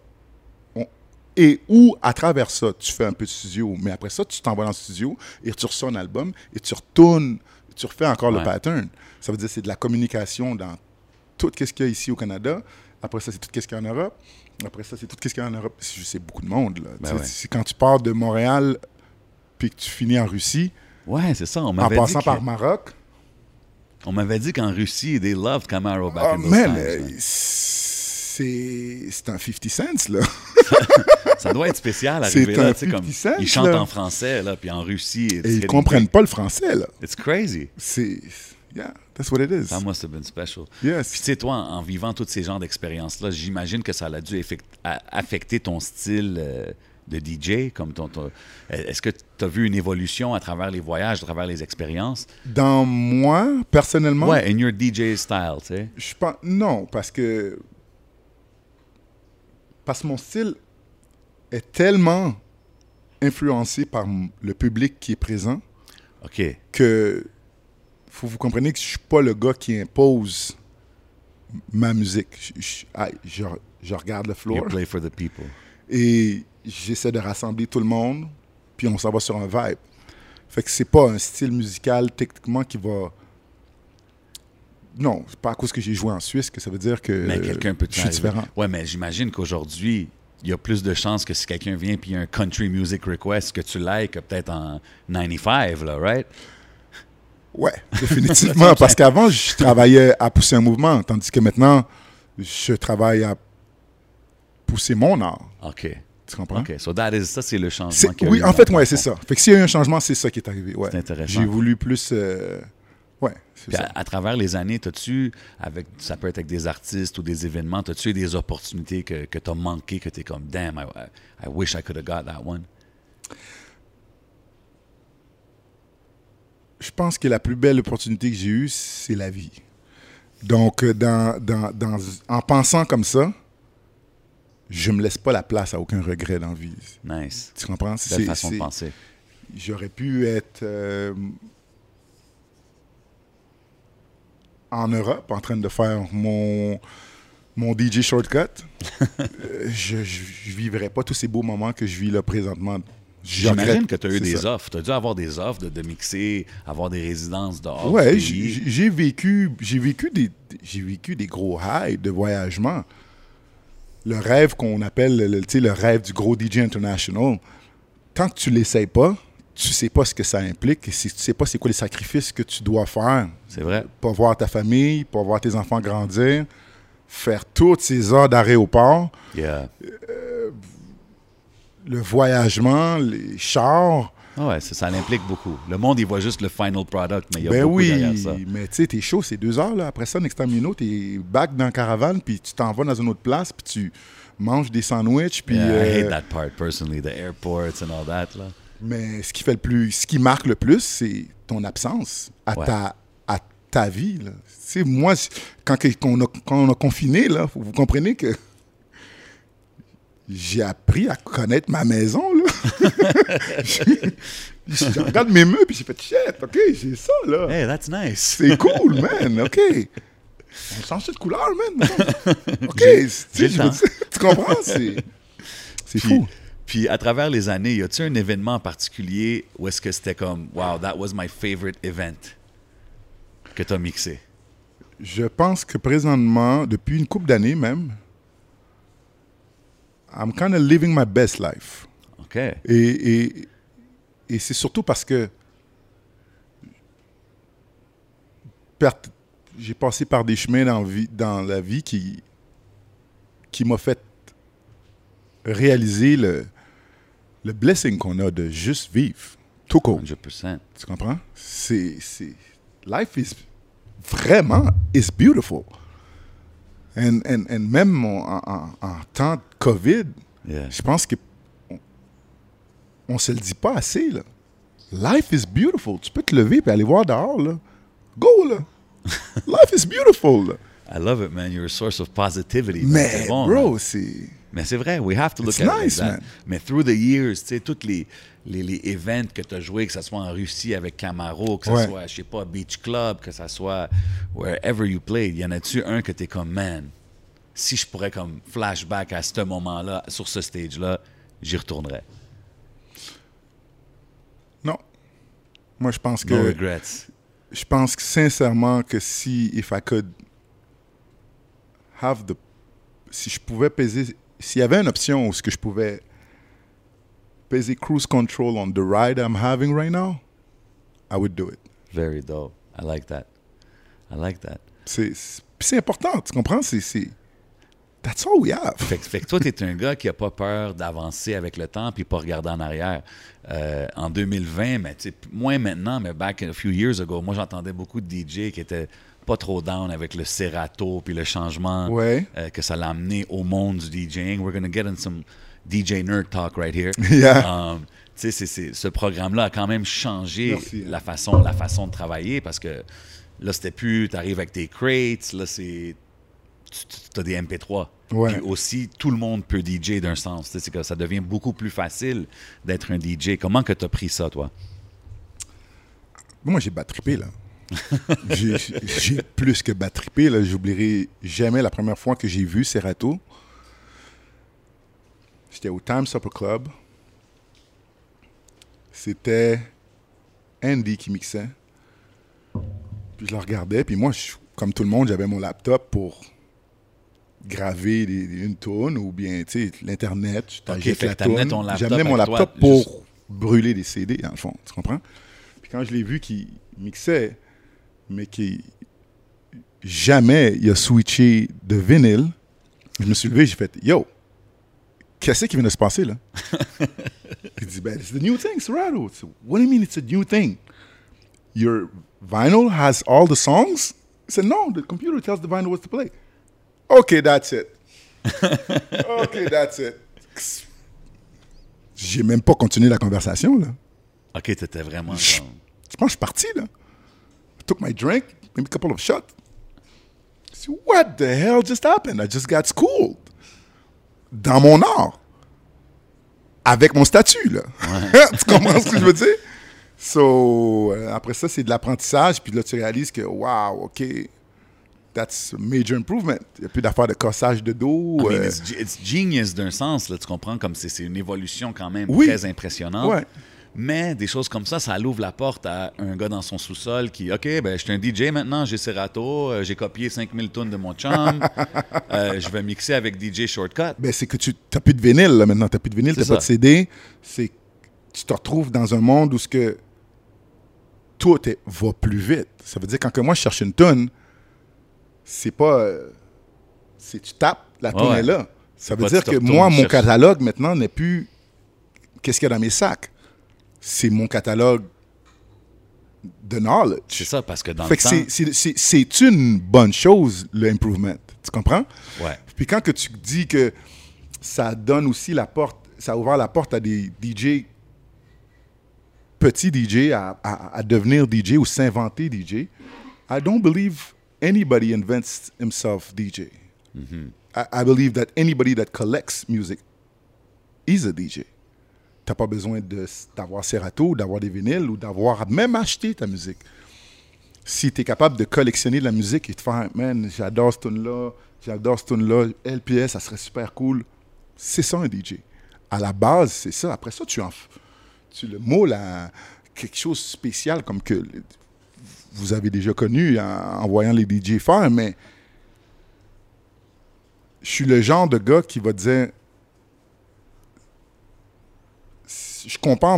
à travers ça, tu fais un peu de studio, mais après ça, tu t'en vas dans le studio et tu reçois un album et tu retournes, tu refais encore le pattern. Ça veut dire que c'est de la communication dans tout ce qu'il y a ici au Canada. Après ça, c'est tout ce qu'il y a en Europe. Après ça, c'est tout ce qu'il y a en Europe. C'est beaucoup de monde, là. C'est quand tu pars de Montréal puis que tu finis en Russie, c'est ça. En passant par Maroc. On m'avait dit qu'en Russie, they loved Camaro back in those times. C'est un 50 cents, là. Ça doit être spécial arriver là. Ils chantent là en français, là, puis en Russie. Et ils ne comprennent pas le français, là. It's crazy. Yeah, that's what it is. That must have been special. Yes. Puis tu sais, toi, en vivant tous ces genres d'expériences-là, j'imagine que ça a dû affecter ton style de DJ. Est-ce que tu as vu une évolution à travers les voyages, à travers les expériences? Dans moi, personnellement? Ouais, in your DJ style, tu sais. Non, parce que mon style est tellement influencé par le public qui est présent que faut vous compreniez que je suis pas le gars qui impose ma musique. Je regarde le floor. You play for the people. Et j'essaie de rassembler tout le monde, puis on s'en va sur un vibe. Fait que c'est pas un style musical techniquement qui va... Non, c'est pas à cause que j'ai joué en Suisse que ça veut dire que je suis différent. Ouais, mais j'imagine qu'aujourd'hui, il y a plus de chances que si quelqu'un vient et il y a un country music request que tu likes peut-être en 95, là, right? Ouais, définitivement. Parce qu'avant, je travaillais à pousser un mouvement, tandis que maintenant, je travaille à pousser mon art. OK. Tu comprends? OK, ça, c'est le changement. Oui, en fait, ouais, c'est ça. Fait que s'il y a eu un changement, c'est ça qui est arrivé. Ouais. C'est intéressant. J'ai voulu plus... ouais, c'est Puis ça. à travers les années, ça peut être avec des artistes ou des événements, as-tu eu des opportunités que tu as manquées, que tu es comme, damn, I wish I could have got that one? Je pense que la plus belle opportunité que j'ai eue, c'est la vie. Donc, en pensant comme ça, je me laisse pas la place à aucun regret dans la vie. Nice. Tu comprends? Belle façon de penser. J'aurais pu être en Europe en train de faire mon DJ Shortcut. Je vivrais pas tous ces beaux moments que je vis là présentement. J'imagine que tu as eu des offres. Tu as dû avoir des offres de mixer, avoir des résidences dehors. Ouais, j'ai vécu des gros highs de voyagement. Le rêve qu'on appelle le rêve du gros DJ international. Tant que tu l'essayes pas, tu sais pas ce que ça implique. Et tu sais pas c'est quoi les sacrifices que tu dois faire. C'est vrai. Pour voir ta famille, pour voir tes enfants grandir, faire toutes ces heures d'aéroport. Yeah. Le voyagement, les chars. Ouais, ça l'implique beaucoup. Le monde, il voit juste le final product, mais il y a beaucoup derrière ça. Mais tu sais, t'es chaud, c'est 2 heures. Là. Après ça, next time you know, t'es back dans la caravane, puis tu t'en vas dans une autre place, puis tu manges des sandwichs. Puis, I hate that part, personally, the airports and all that. Là. Mais ce qui marque le plus, c'est ton absence à ta vie. Tu sais, moi, quand on a confiné, là, vous comprenez que j'ai appris à connaître ma maison, là. Je regarde mes murs, puis j'ai fait « Shit, OK, j'ai ça, là. » Hey, that's nice. C'est cool, man, OK. On change de couleur, man. OK, tu comprends? C'est fou. Puis, à travers les années, y a-tu un événement en particulier où est-ce que c'était comme « Wow, that was my favorite event » que tu as mixé? Je pense que présentement, depuis une couple d'années même, I'm kind of living my best life. OK. Et c'est surtout parce que j'ai passé par des chemins dans la vie qui m'a fait réaliser le blessing qu'on a de juste vivre. Tout court. 100%. Tu comprends? Life is vraiment, it's beautiful. And même en temps de COVID, je pense qu'on se le dit pas assez, là. Life is beautiful. Tu peux te lever et aller voir dehors, là. Go, là. Life is beautiful, là. I love it, man. You're a source of positivity. Mais, bon, bro, man. Mais c'est vrai, we have to look at nice, it like man. that. Mais through the years, tu sais, tous les events que tu as joués, que ce soit en Russie avec Camaro, que ce soit, je sais pas, Beach Club, que ce soit wherever you played, y en a-tu un que t'es comme, man, si je pourrais comme flashback à ce moment-là, sur ce stage-là, j'y retournerais? Non. Moi, je pense que... No regrets. Je pense que, sincèrement, que si je pouvais peser... S'il y avait une option où je pouvais peser cruise control on the ride I'm having right now, I would do it. Very dope. I like that. I like that. C'est important, tu comprends? That's all we have. Fait que toi, t'es un gars qui a pas peur d'avancer avec le temps puis pas regarder en arrière. En 2020, mais moins maintenant, mais back a few years ago, moi, j'entendais beaucoup de DJ qui étaient pas trop down avec le Serato puis le changement que ça l'a amené au monde du DJing. We're going to get in some DJ nerd talk right here. Yeah. Ce programme-là a quand même changé la façon de travailler parce que là, c'était plus, t'arrives avec tes crates, là, tu as des MP3. Ouais. Puis aussi, tout le monde peut DJ d'un sens. C'est que ça devient beaucoup plus facile d'être un DJ. Comment que tu as pris ça, toi? Moi, j'ai battrippé, là. j'ai plus que battrippé, là. J'oublierai jamais la première fois que j'ai vu Serato. J'étais au Times Supper Club. C'était Andy qui mixait. Puis je le regardais. Puis moi, comme tout le monde, j'avais mon laptop pour graver une toune ou bien, tu sais, l'Internet. J'amenais mon laptop pour brûler des CD, dans le fond. Tu comprends? Puis quand je l'ai vu qu'il mixait, mais qui jamais il a switché de vinyle, je me suis levé, j'ai fait « Yo, qu'est-ce qui vient de se passer, là? Il dit, ben, it's the new thing, Serato. What do you mean it's a new thing? Your vinyl has all the songs? I said, no, the computer tells the vinyl what to play. Okay, that's it. Okay, that's it. J'ai même pas continué la conversation, là. OK, t'étais vraiment... Je pense que je suis parti, là. I took my drink, maybe a couple of shots. I said, what the hell just happened? I just got schooled. Dans mon art. Avec mon statut, là. Ouais. Tu comprends ce que je veux dire? So, après ça, c'est de l'apprentissage, puis là, tu réalises que, wow, OK, that's a major improvement. Il n'y a plus d'affaires de cassage de dos. I mean, it's genius d'un sens, là, tu comprends, comme c'est une évolution quand même très impressionnante. Ouais. Mais des choses comme ça l'ouvre la porte à un gars dans son sous-sol qui, OK, ben, je suis un DJ maintenant, j'ai Serato, j'ai copié 5000 tunes de mon chum, je vais mixer avec DJ Shortcut. Ben, c'est que tu n'as plus de vinyle, là, maintenant. Tu n'as plus de vinyle, tu n'as pas de CD. Tu te retrouves dans un monde où tout va plus vite. Ça veut dire quand que moi, je cherche une tune, c'est pas... tu tapes, la tune est là. Ça veut dire que moi, mon catalogue, maintenant, n'est plus... Qu'est-ce qu'il y a dans mes sacs? C'est mon catalogue de knowledge. C'est ça, parce que dans le temps... C'est une bonne chose, l'improvement. Tu comprends? Ouais. Puis quand que tu dis que ça donne aussi la porte, ça a ouvert la porte à des DJ, petits DJ, à devenir DJ ou s'inventer DJ, I don't believe anybody invents himself DJ. Mm-hmm. I believe that anybody that collects music is a DJ. T'as pas besoin d'avoir Serato, d'avoir des vinyles ou d'avoir même acheté ta musique. Si tu es capable de collectionner de la musique et de faire « Man, j'adore ce tune-là, LPS, ça serait super cool », c'est ça un DJ. À la base, c'est ça. Après ça, tu le moules à quelque chose de spécial comme que vous avez déjà connu en voyant les DJ faire, mais je suis le genre de gars qui va dire... Je compare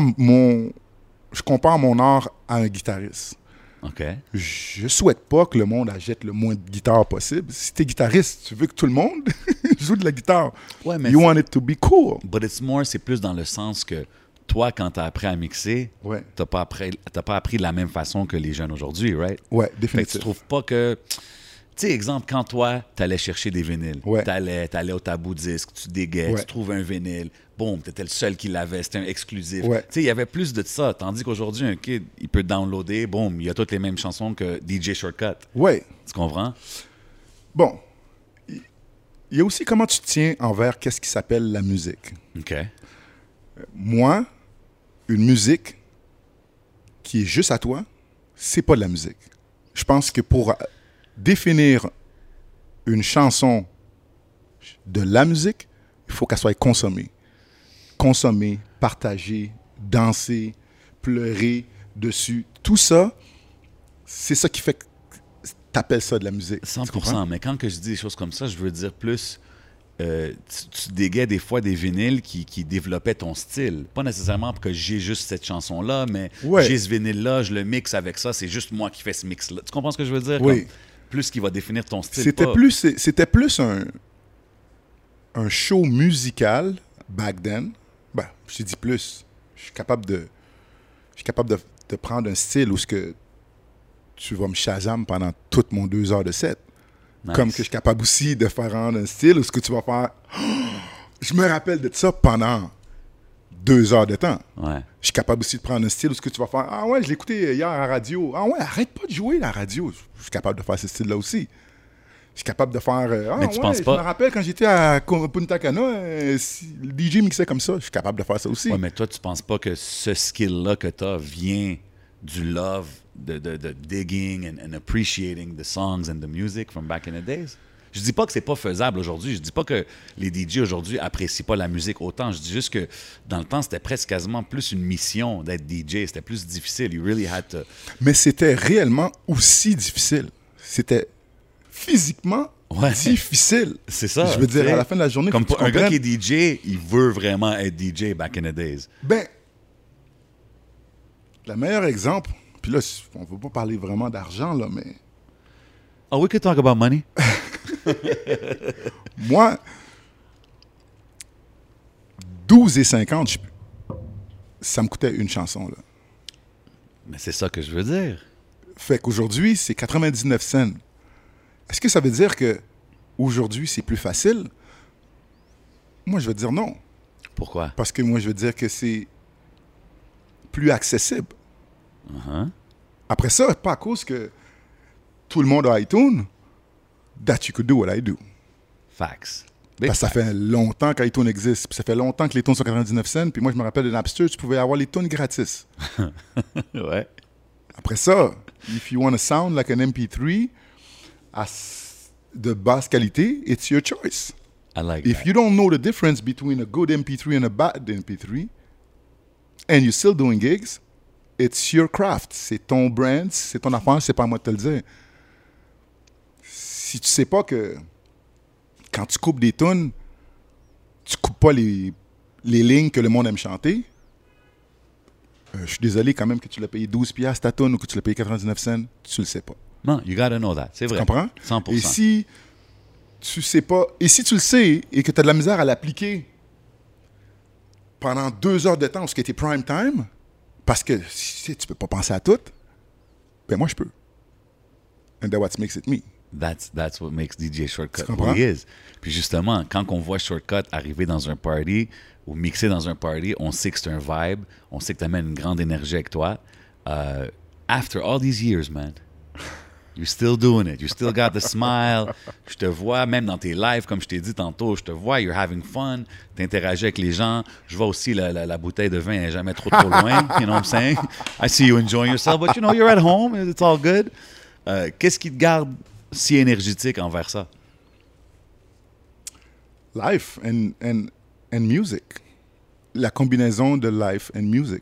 mon art à un guitariste. OK. Je souhaite pas que le monde achète le moins de guitare possible. Si t'es guitariste, tu veux que tout le monde joue de la guitare. Ouais, mais you want it to be cool. But it's more, c'est plus dans le sens que toi, quand t'as appris à mixer, t'as pas appris de la même façon que les jeunes aujourd'hui, right? Ouais, définitivement. Fait que tu trouves pas que... Tu sais, exemple, quand toi, t'allais chercher des vinyles, t'allais au tabou disque, tu déguais, tu trouves un vinyle, boum, t'étais le seul qui l'avait, c'était un exclusif. Tu sais, il y avait plus de ça, tandis qu'aujourd'hui, un kid, il peut downloader, boum, il y a toutes les mêmes chansons que DJ Shortcut. Ouais. Tu comprends? Bon, il y a aussi comment tu te tiens envers qu'est-ce qui s'appelle la musique. OK. Moi, une musique qui est juste à toi, c'est pas de la musique. Je pense que pour... définir une chanson de la musique, il faut qu'elle soit consommée. Consommée, partagée, danser, pleurer dessus. Tout ça, c'est ça qui fait que tu appelles ça de la musique. 100%. Mais quand que je dis des choses comme ça, je veux dire plus... tu déguais des fois des vinyles qui développaient ton style. Pas nécessairement parce que j'ai juste cette chanson-là, mais j'ai ce vinyle-là, je le mixe avec ça, c'est juste moi qui fais ce mix-là. Tu comprends ce que je veux dire? Oui. Comme, plus qui va définir ton style. C'était plus un show musical back then. Ben, je te dis plus. Je suis capable de prendre un style où ce que tu vas me Shazam pendant toutes mon 2 heures de set. Nice. Comme que je suis capable aussi de faire rendre un style où ce que tu vas faire... Je me rappelle de ça pendant 2 heures de temps. Ouais. Je suis capable aussi de prendre un style où ce que tu vas faire... Ah ouais, je l'ai écouté hier à la radio. Ah ouais, arrête pas de jouer la radio. Je suis capable de faire ce style-là aussi. Je suis capable de faire... mais tu penses pas... Je me rappelle quand j'étais à Punta Cana, le DJ mixait comme ça. Je suis capable de faire ça aussi. Ouais, mais toi, tu penses pas que ce skill-là que tu as vient du love de digging and appreciating the songs and the music from back in the days? Je dis pas que c'est pas faisable aujourd'hui. Je dis pas que les DJ aujourd'hui apprécient pas la musique autant. Je dis juste que dans le temps, c'était presque quasiment plus une mission d'être DJ. C'était plus difficile. You really had to... Mais c'était réellement aussi difficile. C'était physiquement difficile. C'est ça. Je veux dire, à la fin de la journée, comme un gars qui est DJ, il veut vraiment être DJ back in the days. Ben, le meilleur exemple, puis là, on ne veut pas parler vraiment d'argent, là, mais... Oh, we could talk about money. Moi, 12,50, ça me coûtait une chanson, là. Mais c'est ça que je veux dire. Fait qu'aujourd'hui, c'est 99 cents. Est-ce que ça veut dire que aujourd'hui c'est plus facile? Moi, je veux dire non. Pourquoi? Parce que moi, je veux dire que c'est plus accessible. Uh-huh. Après ça, pas à cause que tout le monde a iTunes, that you could do what I do. Facts. Parce que ça fait longtemps qu'iTunes existe. Puis ça fait longtemps que les tunes sont 99 cents. Puis moi, je me rappelle de Napster, tu pouvais avoir les tunes gratis. Ouais. Après ça, if you want to sound like an MP3 de basse qualité, it's your choice. I like If that. you don't know the difference between a good MP3 and a bad MP3, and you're still doing gigs, it's your craft. C'est ton brand, c'est ton affaire, c'est pas à moi de te le dire. Si tu sais pas que quand tu coupes des tunes, tu coupes pas les lignes que le monde aime chanter, je suis désolé quand même que tu l'as payé 12$ ta tune ou que tu l'as payé 99 cents, tu le sais pas. Non, you gotta know that. C'est vrai. Tu comprends? 100%. Et si tu sais pas, et si tu le sais et que tu as de la misère à l'appliquer pendant 2 heures de temps, ce qui était prime time, parce que si tu peux pas penser à tout, ben moi je peux. And that's what makes it me. That's what makes DJ Shortcut who he is. Puis justement, quand on voit Shortcut arriver dans un party ou mixer dans un party, on sait que c'est un vibe, on sait que tu amènes une grande énergie avec toi. After all these years, man, you're still doing it. You still got the smile. Je te vois, même dans tes lives, comme je t'ai dit tantôt, je te vois, you're having fun, t'interagis avec les gens. Je vois aussi la bouteille de vin n'est jamais trop loin. You know what I'm saying? I see you enjoying yourself, but you know, you're at home, it's all good. Qu'est-ce qui te garde si énergétique envers ça? Life and music. La combinaison de life and music.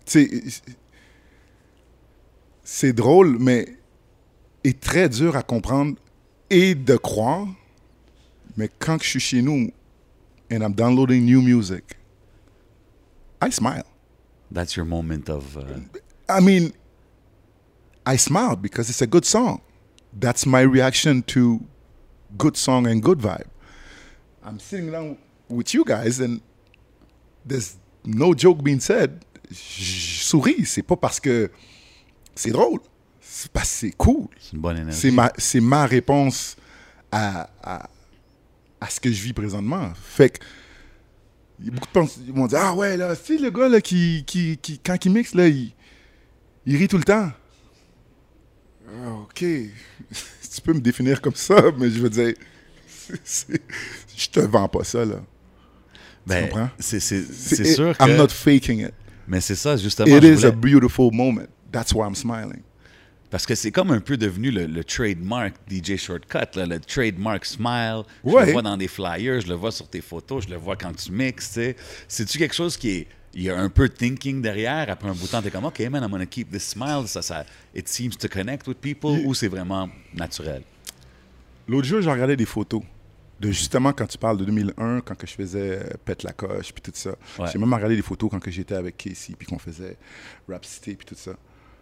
C'est drôle, mais est très dur à comprendre et de croire. Mais quand je suis chez nous and I'm downloading new music, I smile. That's your moment of... I mean, I smile because it's a good song. That's my reaction to good song and good vibe. I'm sitting down with you guys and there's no joke being said. Je souris. C'est pas parce que c'est drôle. C'est parce que c'est cool. C'est une bonne énergie. C'est ma réponse à ce que je vis présentement. Fait que il y a beaucoup de gens qui vont dire ah ouais là, c'est le gars là qui quand il mixe là, il rit tout le temps. Ah, ok, tu peux me définir comme ça, mais je veux dire, je te vends pas ça là. Ben, tu comprends? C'est sûr que... I'm not faking it. Mais c'est ça, justement. It is a beautiful moment. That's why I'm smiling. Parce que c'est comme un peu devenu le trademark DJ Shortcut, là, le trademark smile. Je Ouais. le vois dans des flyers, je le vois sur tes photos, je le vois quand tu mixes. Tu sais. C'est-tu quelque chose qui est... Il y a un peu de thinking derrière. Après un bout de temps, t'es comme, OK, man, I'm gonna keep this smile. Ça, it seems to connect with people. Ou c'est vraiment naturel? L'autre jour, j'ai regardé des photos de justement quand tu parles de 2001, quand que je faisais Pète la coche, puis tout ça. Ouais. J'ai même regardé des photos quand que j'étais avec Casey, puis qu'on faisait Rap City, puis tout ça.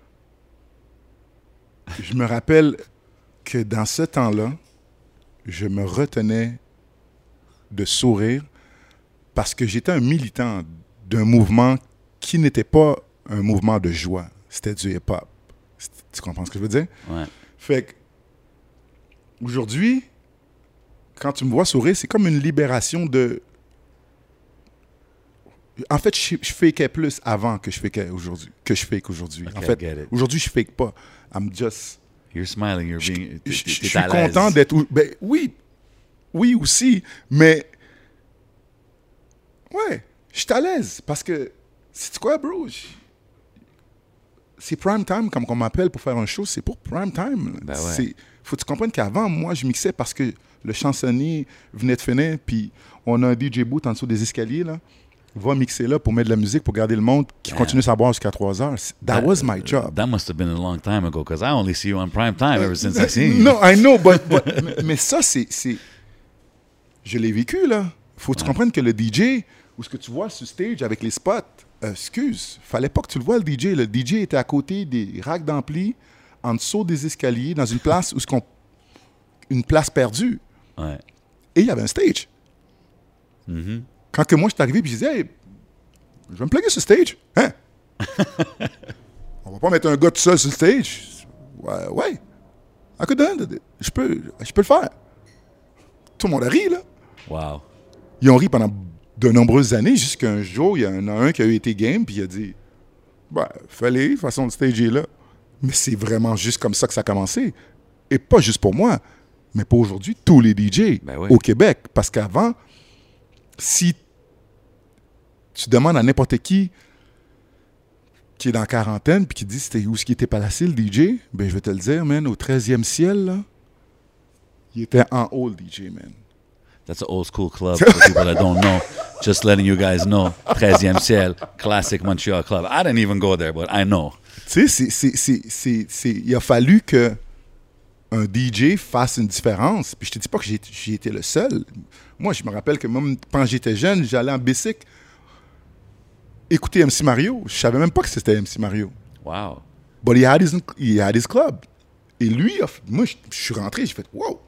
Je me rappelle que dans ce temps-là, je me retenais de sourire parce que j'étais un militant d'un mouvement qui n'était pas un mouvement de joie. C'était du hip-hop. Tu comprends ce que je veux dire? Ouais. Fait que, aujourd'hui, quand tu me vois sourire, c'est comme une libération de... En fait, je fakeais plus avant que je fake aujourd'hui. Okay, en fait, aujourd'hui, je fake pas. I'm just... You're smiling, you're being... Je suis content d'être... Ben, oui aussi, mais... Ouais, je suis à l'aise parce que... C'est quoi, bro? C'est prime time, comme on m'appelle pour faire un show, c'est pour prime time. Ben ouais. Faut que tu comprennes qu'avant, moi, je mixais parce que le chansonnier venait de finir, puis on a un DJ booth en dessous des escaliers, là. Va mixer là pour mettre de la musique, pour garder le monde qui continue à boire jusqu'à 3 heures. That was my job. That must have been a long time ago, because I only see you on prime time ever since I seen you. No, I know, mais ça, c'est... Je l'ai vécu, là. Faut que tu comprennes que le DJ, ou ce que tu vois sur stage avec les spots, fallait pas que tu le vois, le DJ. Le DJ était à côté des racks d'ampli, en dessous des escaliers, dans une place une place perdue. Ouais. Et il y avait un stage. Mm-hmm. Quand que moi, je suis arrivé, puis je disais, hey, je vais me plugger sur stage. Hein? On va pas mettre un gars tout seul sur le stage. Ouais. I could do it. Je peux le faire. Tout le monde a ri, là. Wow. Ils ont ri pendant de nombreuses années, jusqu'à un jour, il y en a un qui a été game, puis il a dit, fallait, de toute façon, le stage est là. Mais c'est vraiment juste comme ça que ça a commencé. Et pas juste pour moi, mais pour aujourd'hui, tous les DJ au Québec. Parce qu'avant, si tu demandes à n'importe qui est dans la quarantaine puis qui dit c'était où ce qui était placé le DJ, ben je vais te le dire, man, au 13e ciel, là, il était en haut, le DJ, man. That's an old school club for people that don't know. Just letting you guys know. 13e ciel, classic Montreal club. I didn't even go there, but I know. Tu sais, il a fallu que un DJ fasse une différence. Puis je te dis pas que j'ai été le seul. Moi, je me rappelle que même quand j'étais jeune, j'allais en bicycle écouter MC Mario. Je savais même pas que c'était MC Mario. Wow. But he had his club. Et lui, moi, je suis rentré, j'ai fait « Wow!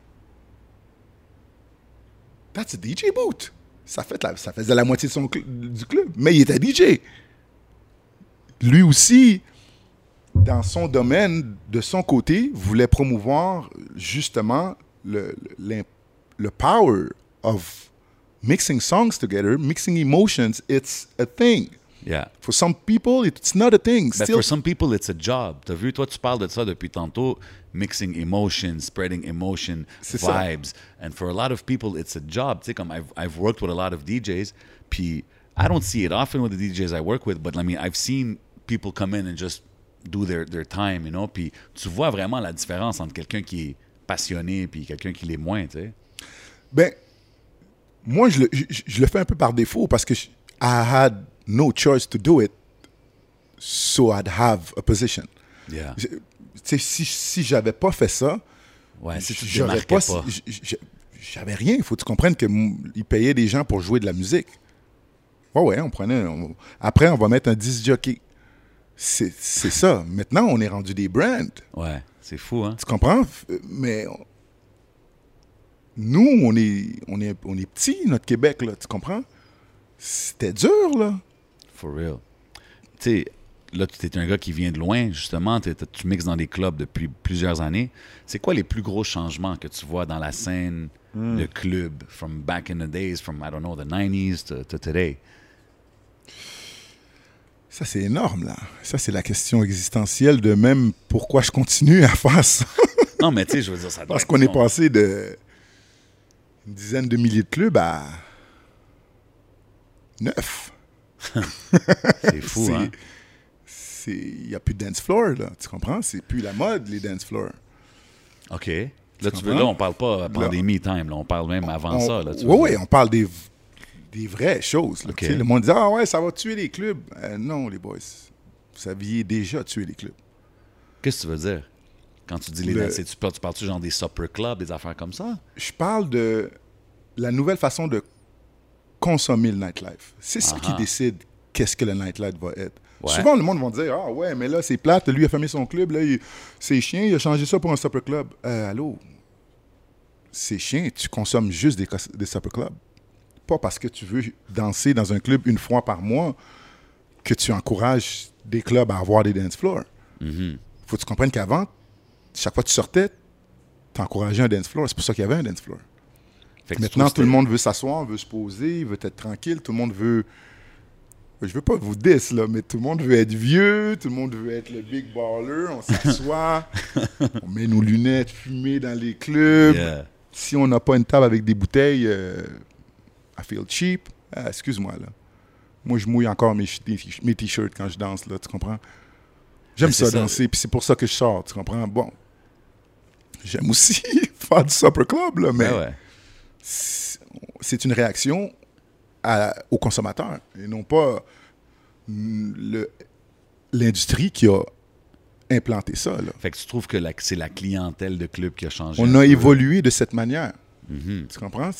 That's a DJ booth! » Ça faisait la moitié du club. Mais il était DJ. Lui aussi, dans son domaine, de son côté, voulait promouvoir justement le power of mixing songs together, mixing emotions. It's a thing. Yeah. For some people, it's not a thing. But for some people, it's a job. T'as vu, toi, tu parles de ça depuis tantôt. Mixing emotions, spreading emotion, vibes. And for a lot of people, it's a job. Tu sais, comme I've worked with a lot of DJs, puis I don't see it often with the DJs I work with, but I mean, I've seen people come in and just do their time, you know. Puis tu vois vraiment la différence entre quelqu'un qui est passionné puis quelqu'un qui l'est moins, tu sais. Ben, moi, je le fais un peu par défaut parce que I had no choice to do it, so I'd have a position. Yeah. Si j'avais pas fait ça, j'aurais pas. J'avais rien. Il faut que tu comprennes qu'ils payaient des gens pour jouer de la musique. Ouais, on prenait. Après, on va mettre un disc jockey. C'est ça. Maintenant, on est rendu des brands. Ouais, c'est fou, hein? Tu comprends? Mais nous, on est petits, notre Québec, là. Tu comprends? C'était dur, là. For real. Tu sais, là, tu es un gars qui vient de loin, justement. Tu mixes dans des clubs depuis plusieurs années. C'est quoi les plus gros changements que tu vois dans la scène de club, from back in the days, from, I don't know, the 90s to today? Ça, c'est énorme, là. Ça, c'est la question existentielle de même pourquoi je continue à faire ça. Non, mais tu sais, je veux dire, ça doit Parce qu'on est passé de une dizaine de milliers de clubs à 9. C'est fou, hein? Il n'y a plus de dance floor, là. Tu comprends? C'est plus la mode, les dance floors. OK. Là, on parle pas pandémie time, là. On parle même avant ça, là. Oui, on parle des vraies choses. Là. Okay. Le monde dit « Ah ouais, ça va tuer les clubs. » Non, les boys. Vous saviez déjà tuer les clubs. Qu'est-ce que tu veux dire? Quand tu dis les danses, tu parles-tu genre des supper clubs, des affaires comme ça? Je parle de la nouvelle façon de consommer le nightlife. C'est ça qui décide qu'est-ce que le nightlife va être. Ouais. Souvent, le monde va dire « Ah ouais, mais là, c'est plate. Lui a fermé son club. Là, c'est chiant. Il a changé ça pour un supper club. » Allô? C'est chiant. Tu consommes juste des supper clubs. Pas parce que tu veux danser dans un club une fois par mois que tu encourages des clubs à avoir des dance floors. Faut que tu comprennes qu'avant, chaque fois que tu sortais, tu encourageais un dance floor. C'est pour ça qu'il y avait un dance floor. Maintenant, tout le monde veut s'asseoir, veut se poser, veut être tranquille. Tout le monde veut... Je veux pas vous diss, là, mais tout le monde veut être vieux, tout le monde veut être le big baller. On s'assoit, on met nos lunettes fumées dans les clubs. Yeah. Si on n'a pas une table avec des bouteilles... I feel cheap. Excuse-moi, là. Moi, je mouille encore mes t-shirts quand je danse, là, tu comprends? J'aime ça danser, puis c'est pour ça que je sors, tu comprends? Bon, j'aime aussi faire du supper club, là, mais c'est une réaction aux consommateurs, et non pas l'industrie qui a implanté ça, là. Fait que tu trouves que c'est la clientèle de club qui a changé? On a évolué de cette manière. Tu comprends?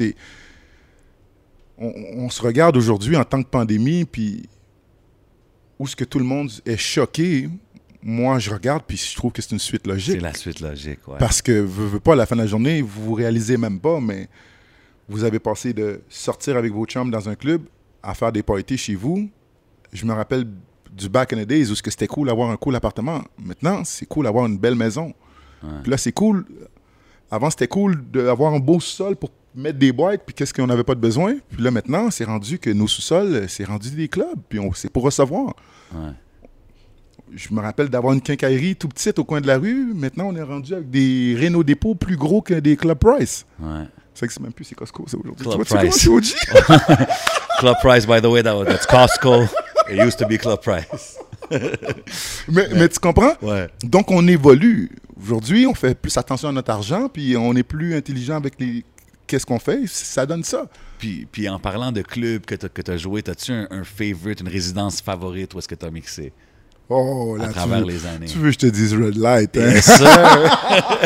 On se regarde aujourd'hui en tant que pandémie, puis où est-ce que tout le monde est choqué, moi, je regarde, puis je trouve que c'est une suite logique. C'est la suite logique, ouais. Parce que, veux pas, à la fin de la journée, vous réalisez même pas, mais vous avez passé de sortir avec vos chums dans un club à faire des parties chez vous. Je me rappelle du back in the days où c'était cool d'avoir un cool appartement. Maintenant, c'est cool d'avoir une belle maison. Ouais. Puis là, c'est cool. Avant, c'était cool d'avoir un beau sous-sol pour mettre des boîtes, puis qu'est-ce qu'on n'avait pas de besoin. Puis là, maintenant, c'est rendu que nos sous-sols, c'est rendu des clubs, puis c'est pour recevoir. Ouais. Je me rappelle d'avoir une quincaillerie tout petite au coin de la rue. Maintenant, on est rendu avec des Renault Dépôt plus gros que des Club Price. Ouais. C'est que c'est même plus c'est Costco, ça, aujourd'hui. Club Price. Club Price, by the way, that's Costco. It used to be Club Price. mais tu comprends? Ouais. Donc, on évolue. Aujourd'hui, on fait plus attention à notre argent, puis on est plus intelligent avec qu'est-ce qu'on fait. Ça donne ça. Puis en parlant de club que tu as joué, as-tu un favorite, une résidence favorite où est-ce que tu as mixé? Oh, là, à travers les années. Tu veux que je te dise Red Light, hein? Yes, sir!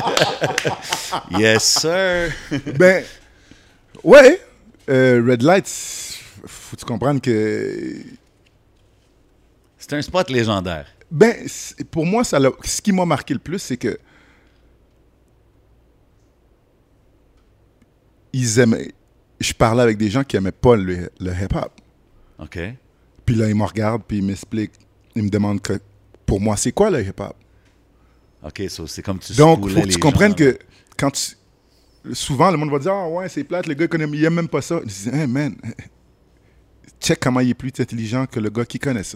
Yes, sir! Ben, ouais. Red Light, faut-tu comprendre que... C'est un spot légendaire. Ben, pour moi, ce qui m'a marqué le plus, c'est que ils aimaient... Je parlais avec des gens qui n'aimaient pas le hip-hop. OK. Puis là, ils me regardent, puis ils m'expliquent. Ils me demandent que, pour moi, c'est quoi le hip-hop? OK, so c'est comme tu donc, il faut que tu comprennes que quand souvent, le monde va dire « Ah ouais, c'est plate, le gars, il aime même pas ça. » Je dis « Hey man, check comment il est plus intelligent que le gars qui connaît ça. »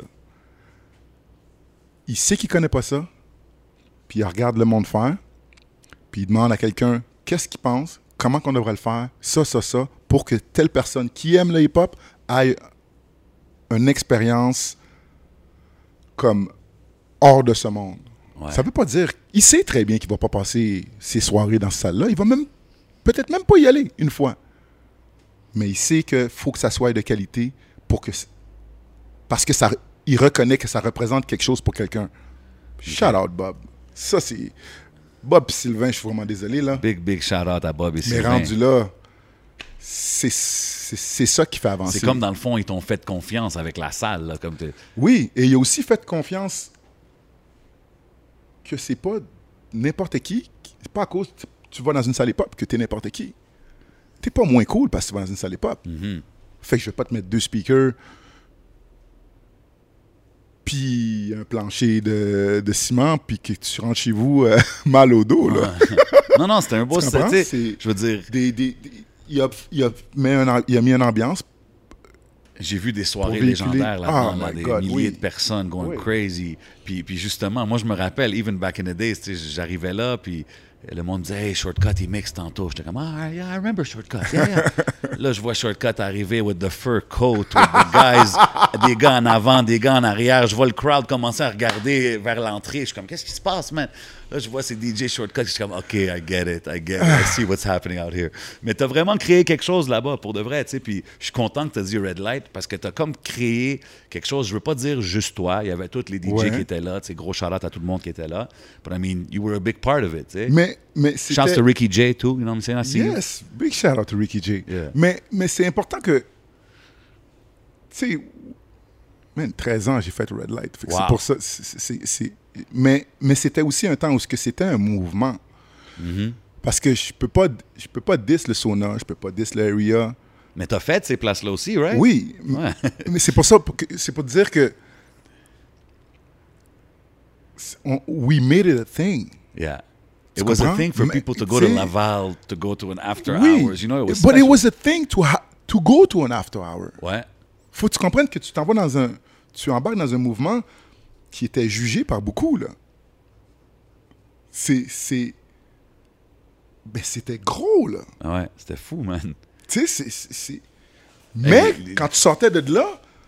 Il sait qu'il connaît pas ça, puis il regarde le monde faire, puis il demande à quelqu'un qu'est-ce qu'il pense, comment qu'on devrait le faire, ça, pour que telle personne qui aime le hip-hop ait une expérience comme hors de ce monde. Ouais. Ça ne veut pas dire... Il sait très bien qu'il ne va pas passer ses soirées dans cette salle-là. Il va peut-être même pas y aller une fois. Mais il sait qu'il faut que ça soit de qualité parce que il reconnaît que ça représente quelque chose pour quelqu'un. Okay. Shout out, Bob. Ça, c'est... Bob et Sylvain, je suis vraiment désolé, là. Big shout out à Bob et Sylvain. Mais rendu là, c'est ça qui fait avancer. C'est comme, dans le fond, ils t'ont fait confiance avec la salle. Là, comme oui, et il a aussi fait confiance que c'est pas n'importe qui. C'est pas à cause que tu vas dans une salle hip-hop que t'es n'importe qui. T'es pas moins cool parce que tu vas dans une salle hip-hop. Mm-hmm. Fait que je vais pas te mettre 2 speakers puis un plancher de ciment puis que tu rentres chez vous mal au dos. Là. non, c'était un beau... Je veux dire... Il a mis une ambiance. J'ai vu des soirées légendaires là-dedans, des milliers de personnes going crazy. Puis justement, moi je me rappelle, even back in the days, j'arrivais là, puis le monde disait « Hey, Shortcut, il mixe tantôt. » J'étais comme « Ah, yeah, I remember Shortcut. Yeah. » Là, je vois Shortcut arriver with the fur coat, with the guys, des gars en avant, des gars en arrière. Je vois le crowd commencer à regarder vers l'entrée. Je suis comme « Qu'est-ce qui se passe, man? » Là, je vois ces DJ Shortcut. Je suis comme « OK, I get it. I see what's happening out here. » Mais tu as vraiment créé quelque chose là-bas, pour de vrai, tu sais. Puis je suis content que tu as dit Red Light, parce que tu as comme créé quelque chose. Je veux pas dire juste toi. Il y avait tous les DJ qui étaient là. Tu sais, gros shout-out à tout le monde qui était là. But I mean, you were a big part of it, tu sais. Mais c'était... Shout out to Ricky J, too, you know what I'm saying? I see yes, big shout out to Ricky J. Yeah. Mais c'est important que... Tu sais, 13 ans, j'ai fait Red Light. Wow. C'est pour ça... Mais c'était aussi un temps où c'était un mouvement. Mm-hmm. Parce que je peux pas diss le Sona, je peux pas diss l'Area. Mais t'as fait ces places-là aussi, right? Oui. Ouais. Mais c'est pour ça, c'est pour dire que... we made it a thing. Yeah. It was a thing for people to go to Laval, to go to an after hours. You know, it was But it was a thing to go to an after hour. Ouais. Faut que tu comprennes que tu embarques dans un mouvement qui était jugé par beaucoup, là. Ben, c'était gros, là. Ouais, c'était fou, man. Tu sais, Mais, quand tu sortais de là,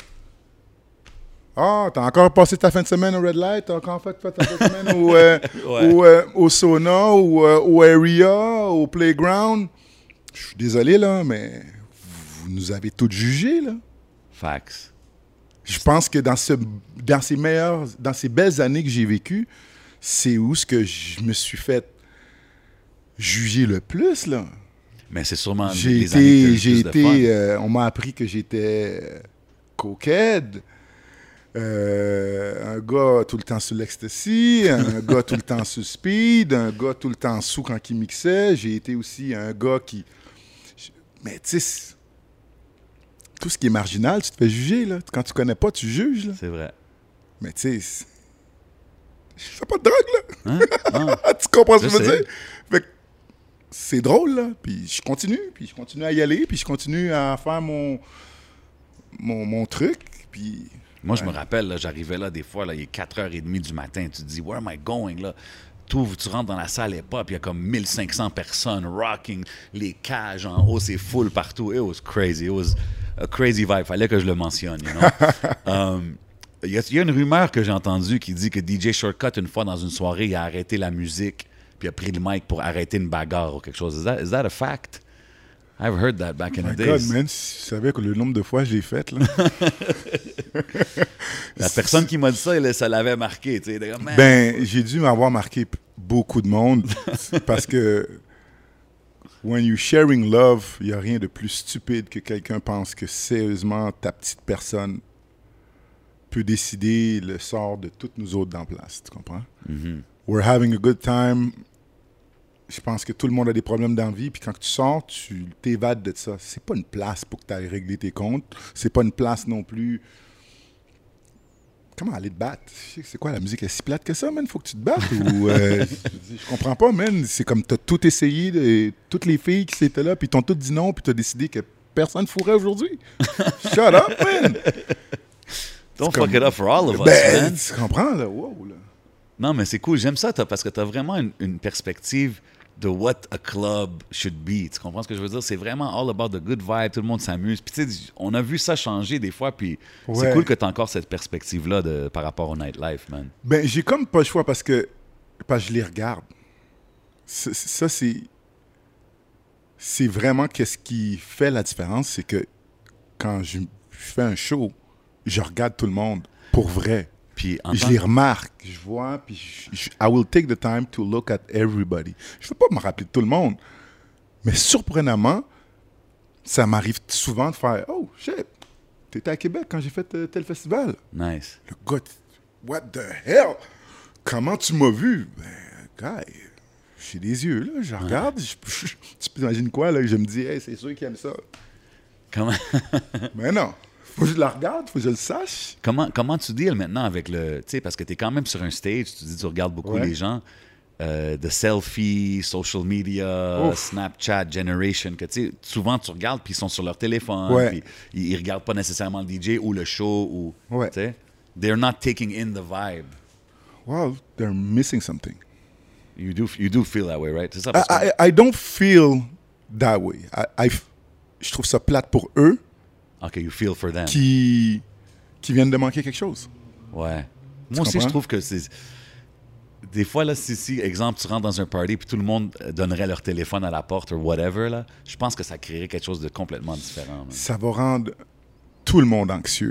t'as encore passé ta fin de semaine au Red Light, t'as encore fait ta fin de semaine au Sona, au Area, au Playground. Je suis désolé, là, mais vous nous avez tous jugés, là. Facts. Je pense que dans ces belles années que j'ai vécues, c'est où ce que je me suis fait juger le plus, là. Mais c'est sûrement on m'a appris que j'étais cokehead, un gars tout le temps sur l'ecstasy, un gars tout le temps sur speed, un gars tout le temps sous quand il mixait. J'ai été aussi un gars qui... Mais tu sais, tout ce qui est marginal, tu te fais juger, là. Quand tu connais pas, tu juges, là. C'est vrai. Mais tu sais, je fais pas de drogue, là. Hein? Tu comprends ce que je veux dire? Fait que c'est drôle, là. Puis je continue à y aller, puis je continue à faire mon truc, puis... Moi, je me rappelle, là, j'arrivais là des fois, là, il est 4h30 du matin, tu te dis, where am I going, là? Tu rentres dans la salle hip-hop, il y a comme 1500 personnes rocking, les cages en haut, c'est full partout. It was crazy. It was a crazy vibe. Fallait que je le mentionne, you know? Il y a une rumeur que j'ai entendue qui dit que DJ Shortcut, une fois dans une soirée, il a arrêté la musique puis il a pris le mic pour arrêter une bagarre ou quelque chose. Is that a fact? I've heard that back in the days. God, man, si tu savais que le nombre de fois je l'ai fait, là. La personne qui m'a dit ça, ça l'avait marqué. Tu sais, ben, j'ai dû m'avoir marqué beaucoup de monde parce que when you're sharing love, il n'y a rien de plus stupide que quelqu'un pense que sérieusement ta petite personne peut décider le sort de toutes nous autres dans la place. Tu comprends? Mm-hmm. We're having a good time. Je pense que tout le monde a des problèmes dans la vie, puis quand tu sors, tu t'évades de ça. C'est pas une place pour que tu ailles régler tes comptes. C'est pas une place non plus... Comment aller te battre? C'est quoi, la musique est si plate que ça, man? Faut que tu te battes? Ou, je comprends pas, man. C'est comme t'as tout essayé, toutes les filles qui étaient là, puis t'ont toutes dit non, puis t'as décidé que personne fourrait aujourd'hui. Shut up, man! Don't fuck it up for all of us, man. Tu comprends, là? Wow, là. Non, mais c'est cool. J'aime ça parce que t'as vraiment une perspective de what a club should be. Tu comprends ce que je veux dire? C'est vraiment all about the good vibe, tout le monde s'amuse. Puis tu sais, on a vu ça changer des fois, puis c'est cool que tu as encore cette perspective-là par rapport au nightlife, man. Ben, j'ai comme pas le choix parce que je les regarde. Ça, c'est vraiment qu'est-ce qui fait la différence, c'est que quand je fais un show, je regarde tout le monde pour vrai. Puis je les remarque, je vois, puis I will take the time to look at everybody. Je ne veux pas me rappeler de tout le monde, mais surprenamment, ça m'arrive souvent de faire « Oh, shit, t'étais à Québec quand j'ai fait tel festival. » Nice. Le gars, « What the hell? Comment tu m'as vu? » Ben, gars, j'ai des yeux, là, je regarde, tu t'imagines quoi, là? Je me dis « Hey, c'est sûr qu'il aime ça. » Comment? Mais non. Faut que je la regarde, faut que je le sache. Comment tu deals maintenant avec le... Tu sais, parce que tu es quand même sur un stage, tu dis tu regardes beaucoup les gens, de selfies, social media, Snapchat generation, que tu sais, souvent tu regardes puis ils sont sur leur téléphone, puis ils regardent pas nécessairement le DJ ou le show, ou... Tu sais, they're not taking in the vibe. Well, they're missing something. You do feel that way, right? C'est ça, I don't feel that way. Je trouve ça plate pour eux. OK, you feel for them. Qui viennent de manquer quelque chose. Ouais. Moi aussi, je trouve que c'est... Des fois, là, si, exemple, tu rentres dans un party puis tout le monde donnerait leur téléphone à la porte ou whatever, là, je pense que ça créerait quelque chose de complètement différent. Man. Ça va rendre tout le monde anxieux.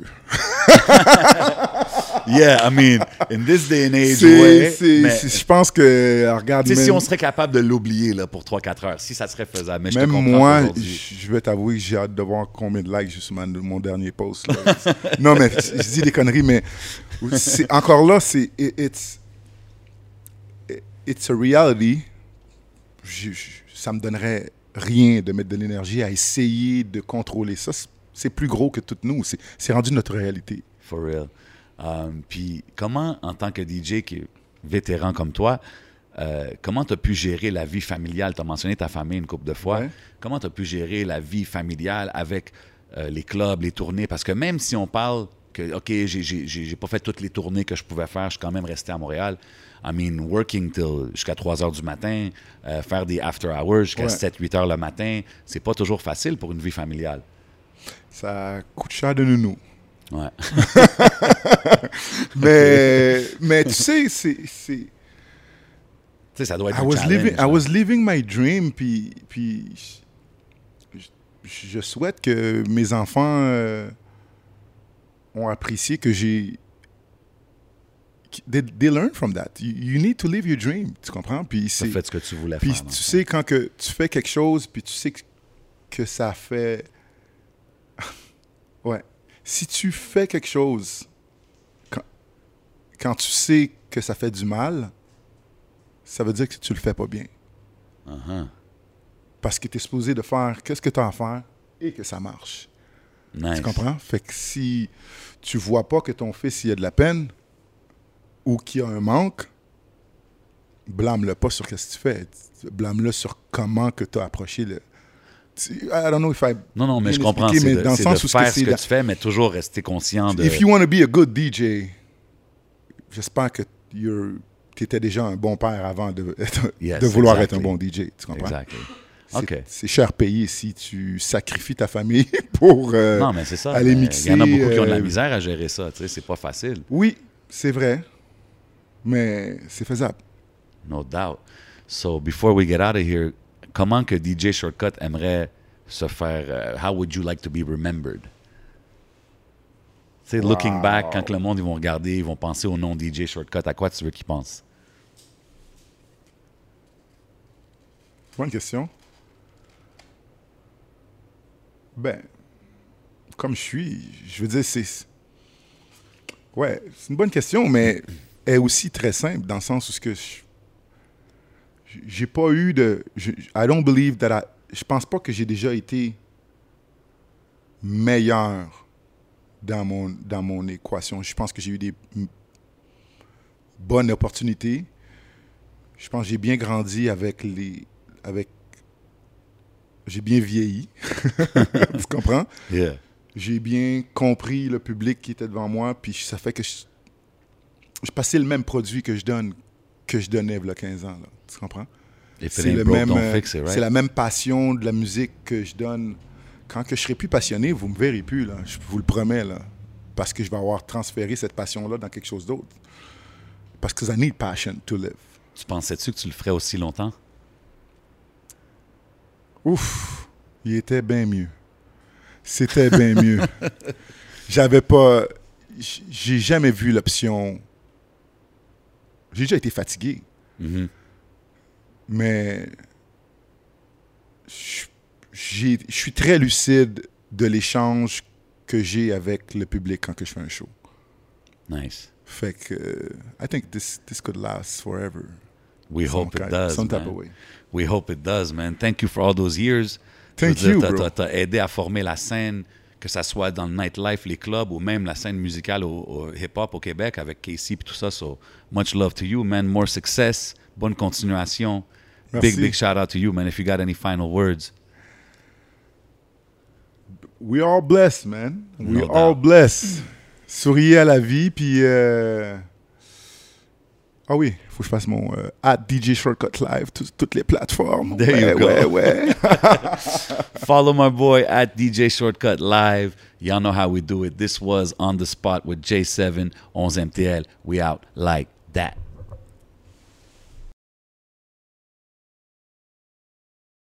Yeah, I mean, in this day and age, je pense que, regarde... Si on serait capable de l'oublier là, pour 3-4 heures, si ça serait faisable, mais je te comprends moi, je vais t'avouer que j'ai hâte de voir combien de likes, justement, de mon dernier post. Là. Non, mais je dis des conneries, mais encore là, it's a reality. Ça me donnerait rien de mettre de l'énergie à essayer de contrôler ça. C'est plus gros que toutes nous. C'est rendu notre réalité. For real. Puis comment, en tant que DJ qui est vétéran comme toi, comment tu as pu gérer la vie familiale? Tu as mentionné ta famille une couple de fois. Ouais. Comment tu as pu gérer la vie familiale avec les clubs, les tournées? Parce que même si on parle que, OK, j'ai pas fait toutes les tournées que je pouvais faire, je suis quand même resté à Montréal. I mean, working jusqu'à 3 heures du matin, faire des after hours jusqu'à 7-8 heures le matin, c'est pas toujours facile pour une vie familiale. Ça coûte cher de nounou. Ouais. mais tu sais, c'est... Tu sais, ça doit être un challenge. I was living my dream, puis je souhaite que mes enfants ont apprécié que j'ai... They learn from that. You need to live your dream, tu comprends? Puis tu as fait ce que tu voulais faire. Puis tu sais, quand que tu fais quelque chose, puis tu sais que ça fait... Ouais. Si tu fais quelque chose, quand tu sais que ça fait du mal, ça veut dire que tu le fais pas bien. Uh-huh. parce que tu es supposé de faire qu'est-ce que tu as à faire et que ça marche. Nice. Tu comprends? Fait que si tu vois pas que ton fils, il a de la peine ou qu'il y a un manque, blâme-le pas sur ce que tu fais. Blâme-le sur comment que tu as approché le... I don't know if I... Non, mais je comprends. Mais c'est dans le sens où faire ce que tu fais, mais toujours rester conscient de... If you want to be a good DJ, j'espère que tu étais déjà un bon père avant de vouloir être un bon DJ. Tu comprends? Exactly. OK. C'est cher payé si tu sacrifies ta famille pour non, mais c'est ça, aller mixer. Il y en a beaucoup qui ont de la misère à gérer ça. Tu sais, c'est pas facile. Oui, c'est vrai. Mais c'est faisable. No doubt. So, before we get out of here, comment que DJ Shortcut aimerait se faire... how would you like to be remembered? Tu sais, looking back, quand le monde, ils vont regarder, ils vont penser au nom DJ Shortcut, à quoi tu veux qu'ils pensent? Bonne question. Ben, comme je veux dire, c'est... Ouais, c'est une bonne question, mais elle est aussi très simple, dans le sens où j'ai pas eu de... I don't believe that je pense pas que j'ai déjà été meilleur dans mon équation. Je pense que j'ai eu des bonnes opportunités. Je pense que j'ai bien grandi j'ai bien vieilli. Tu comprends? Yeah. J'ai bien compris le public qui était devant moi, puis ça fait que je passais le même produit que je donnais il y a 15 ans. Là. Tu comprends? C'est la même passion de la musique que je donne. Quand que je serai plus passionné, vous me verrez plus, là. Je vous le promets, là. Parce que je vais avoir transféré cette passion-là dans quelque chose d'autre. Parce que I need passion to live. Tu pensais-tu que tu le ferais aussi longtemps? Ouf, il était bien mieux. C'était bien mieux. J'ai jamais vu l'option. J'ai déjà été fatigué. Mm-hmm. Mais je suis très lucide de l'échange que j'ai avec le public quand que je fais un show. Nice. Fait que I think this could last forever. We hope it does, some type man. of way. We hope it does, man. Thank you for all those years. Thank you, bro. T'as aidé à former la scène, que ça soit dans le nightlife, les clubs, ou même la scène musicale au hip-hop au Québec avec Casey et tout ça. So, much love to you, man. More success. Bonne continuation. Merci. Big shout out to you, man. If you got any final words. We all blessed, man. We No all doubt. blessed. Souriez à la vie, puis... Ah oui, il faut que je fasse mon @DJ Shortcut Live, toutes les plateformes. There you go. Ouais. Follow my boy @DJ Shortcut Live. Y'all know how we do it. This was On The Spot with J7, 11 MTL. We out like that.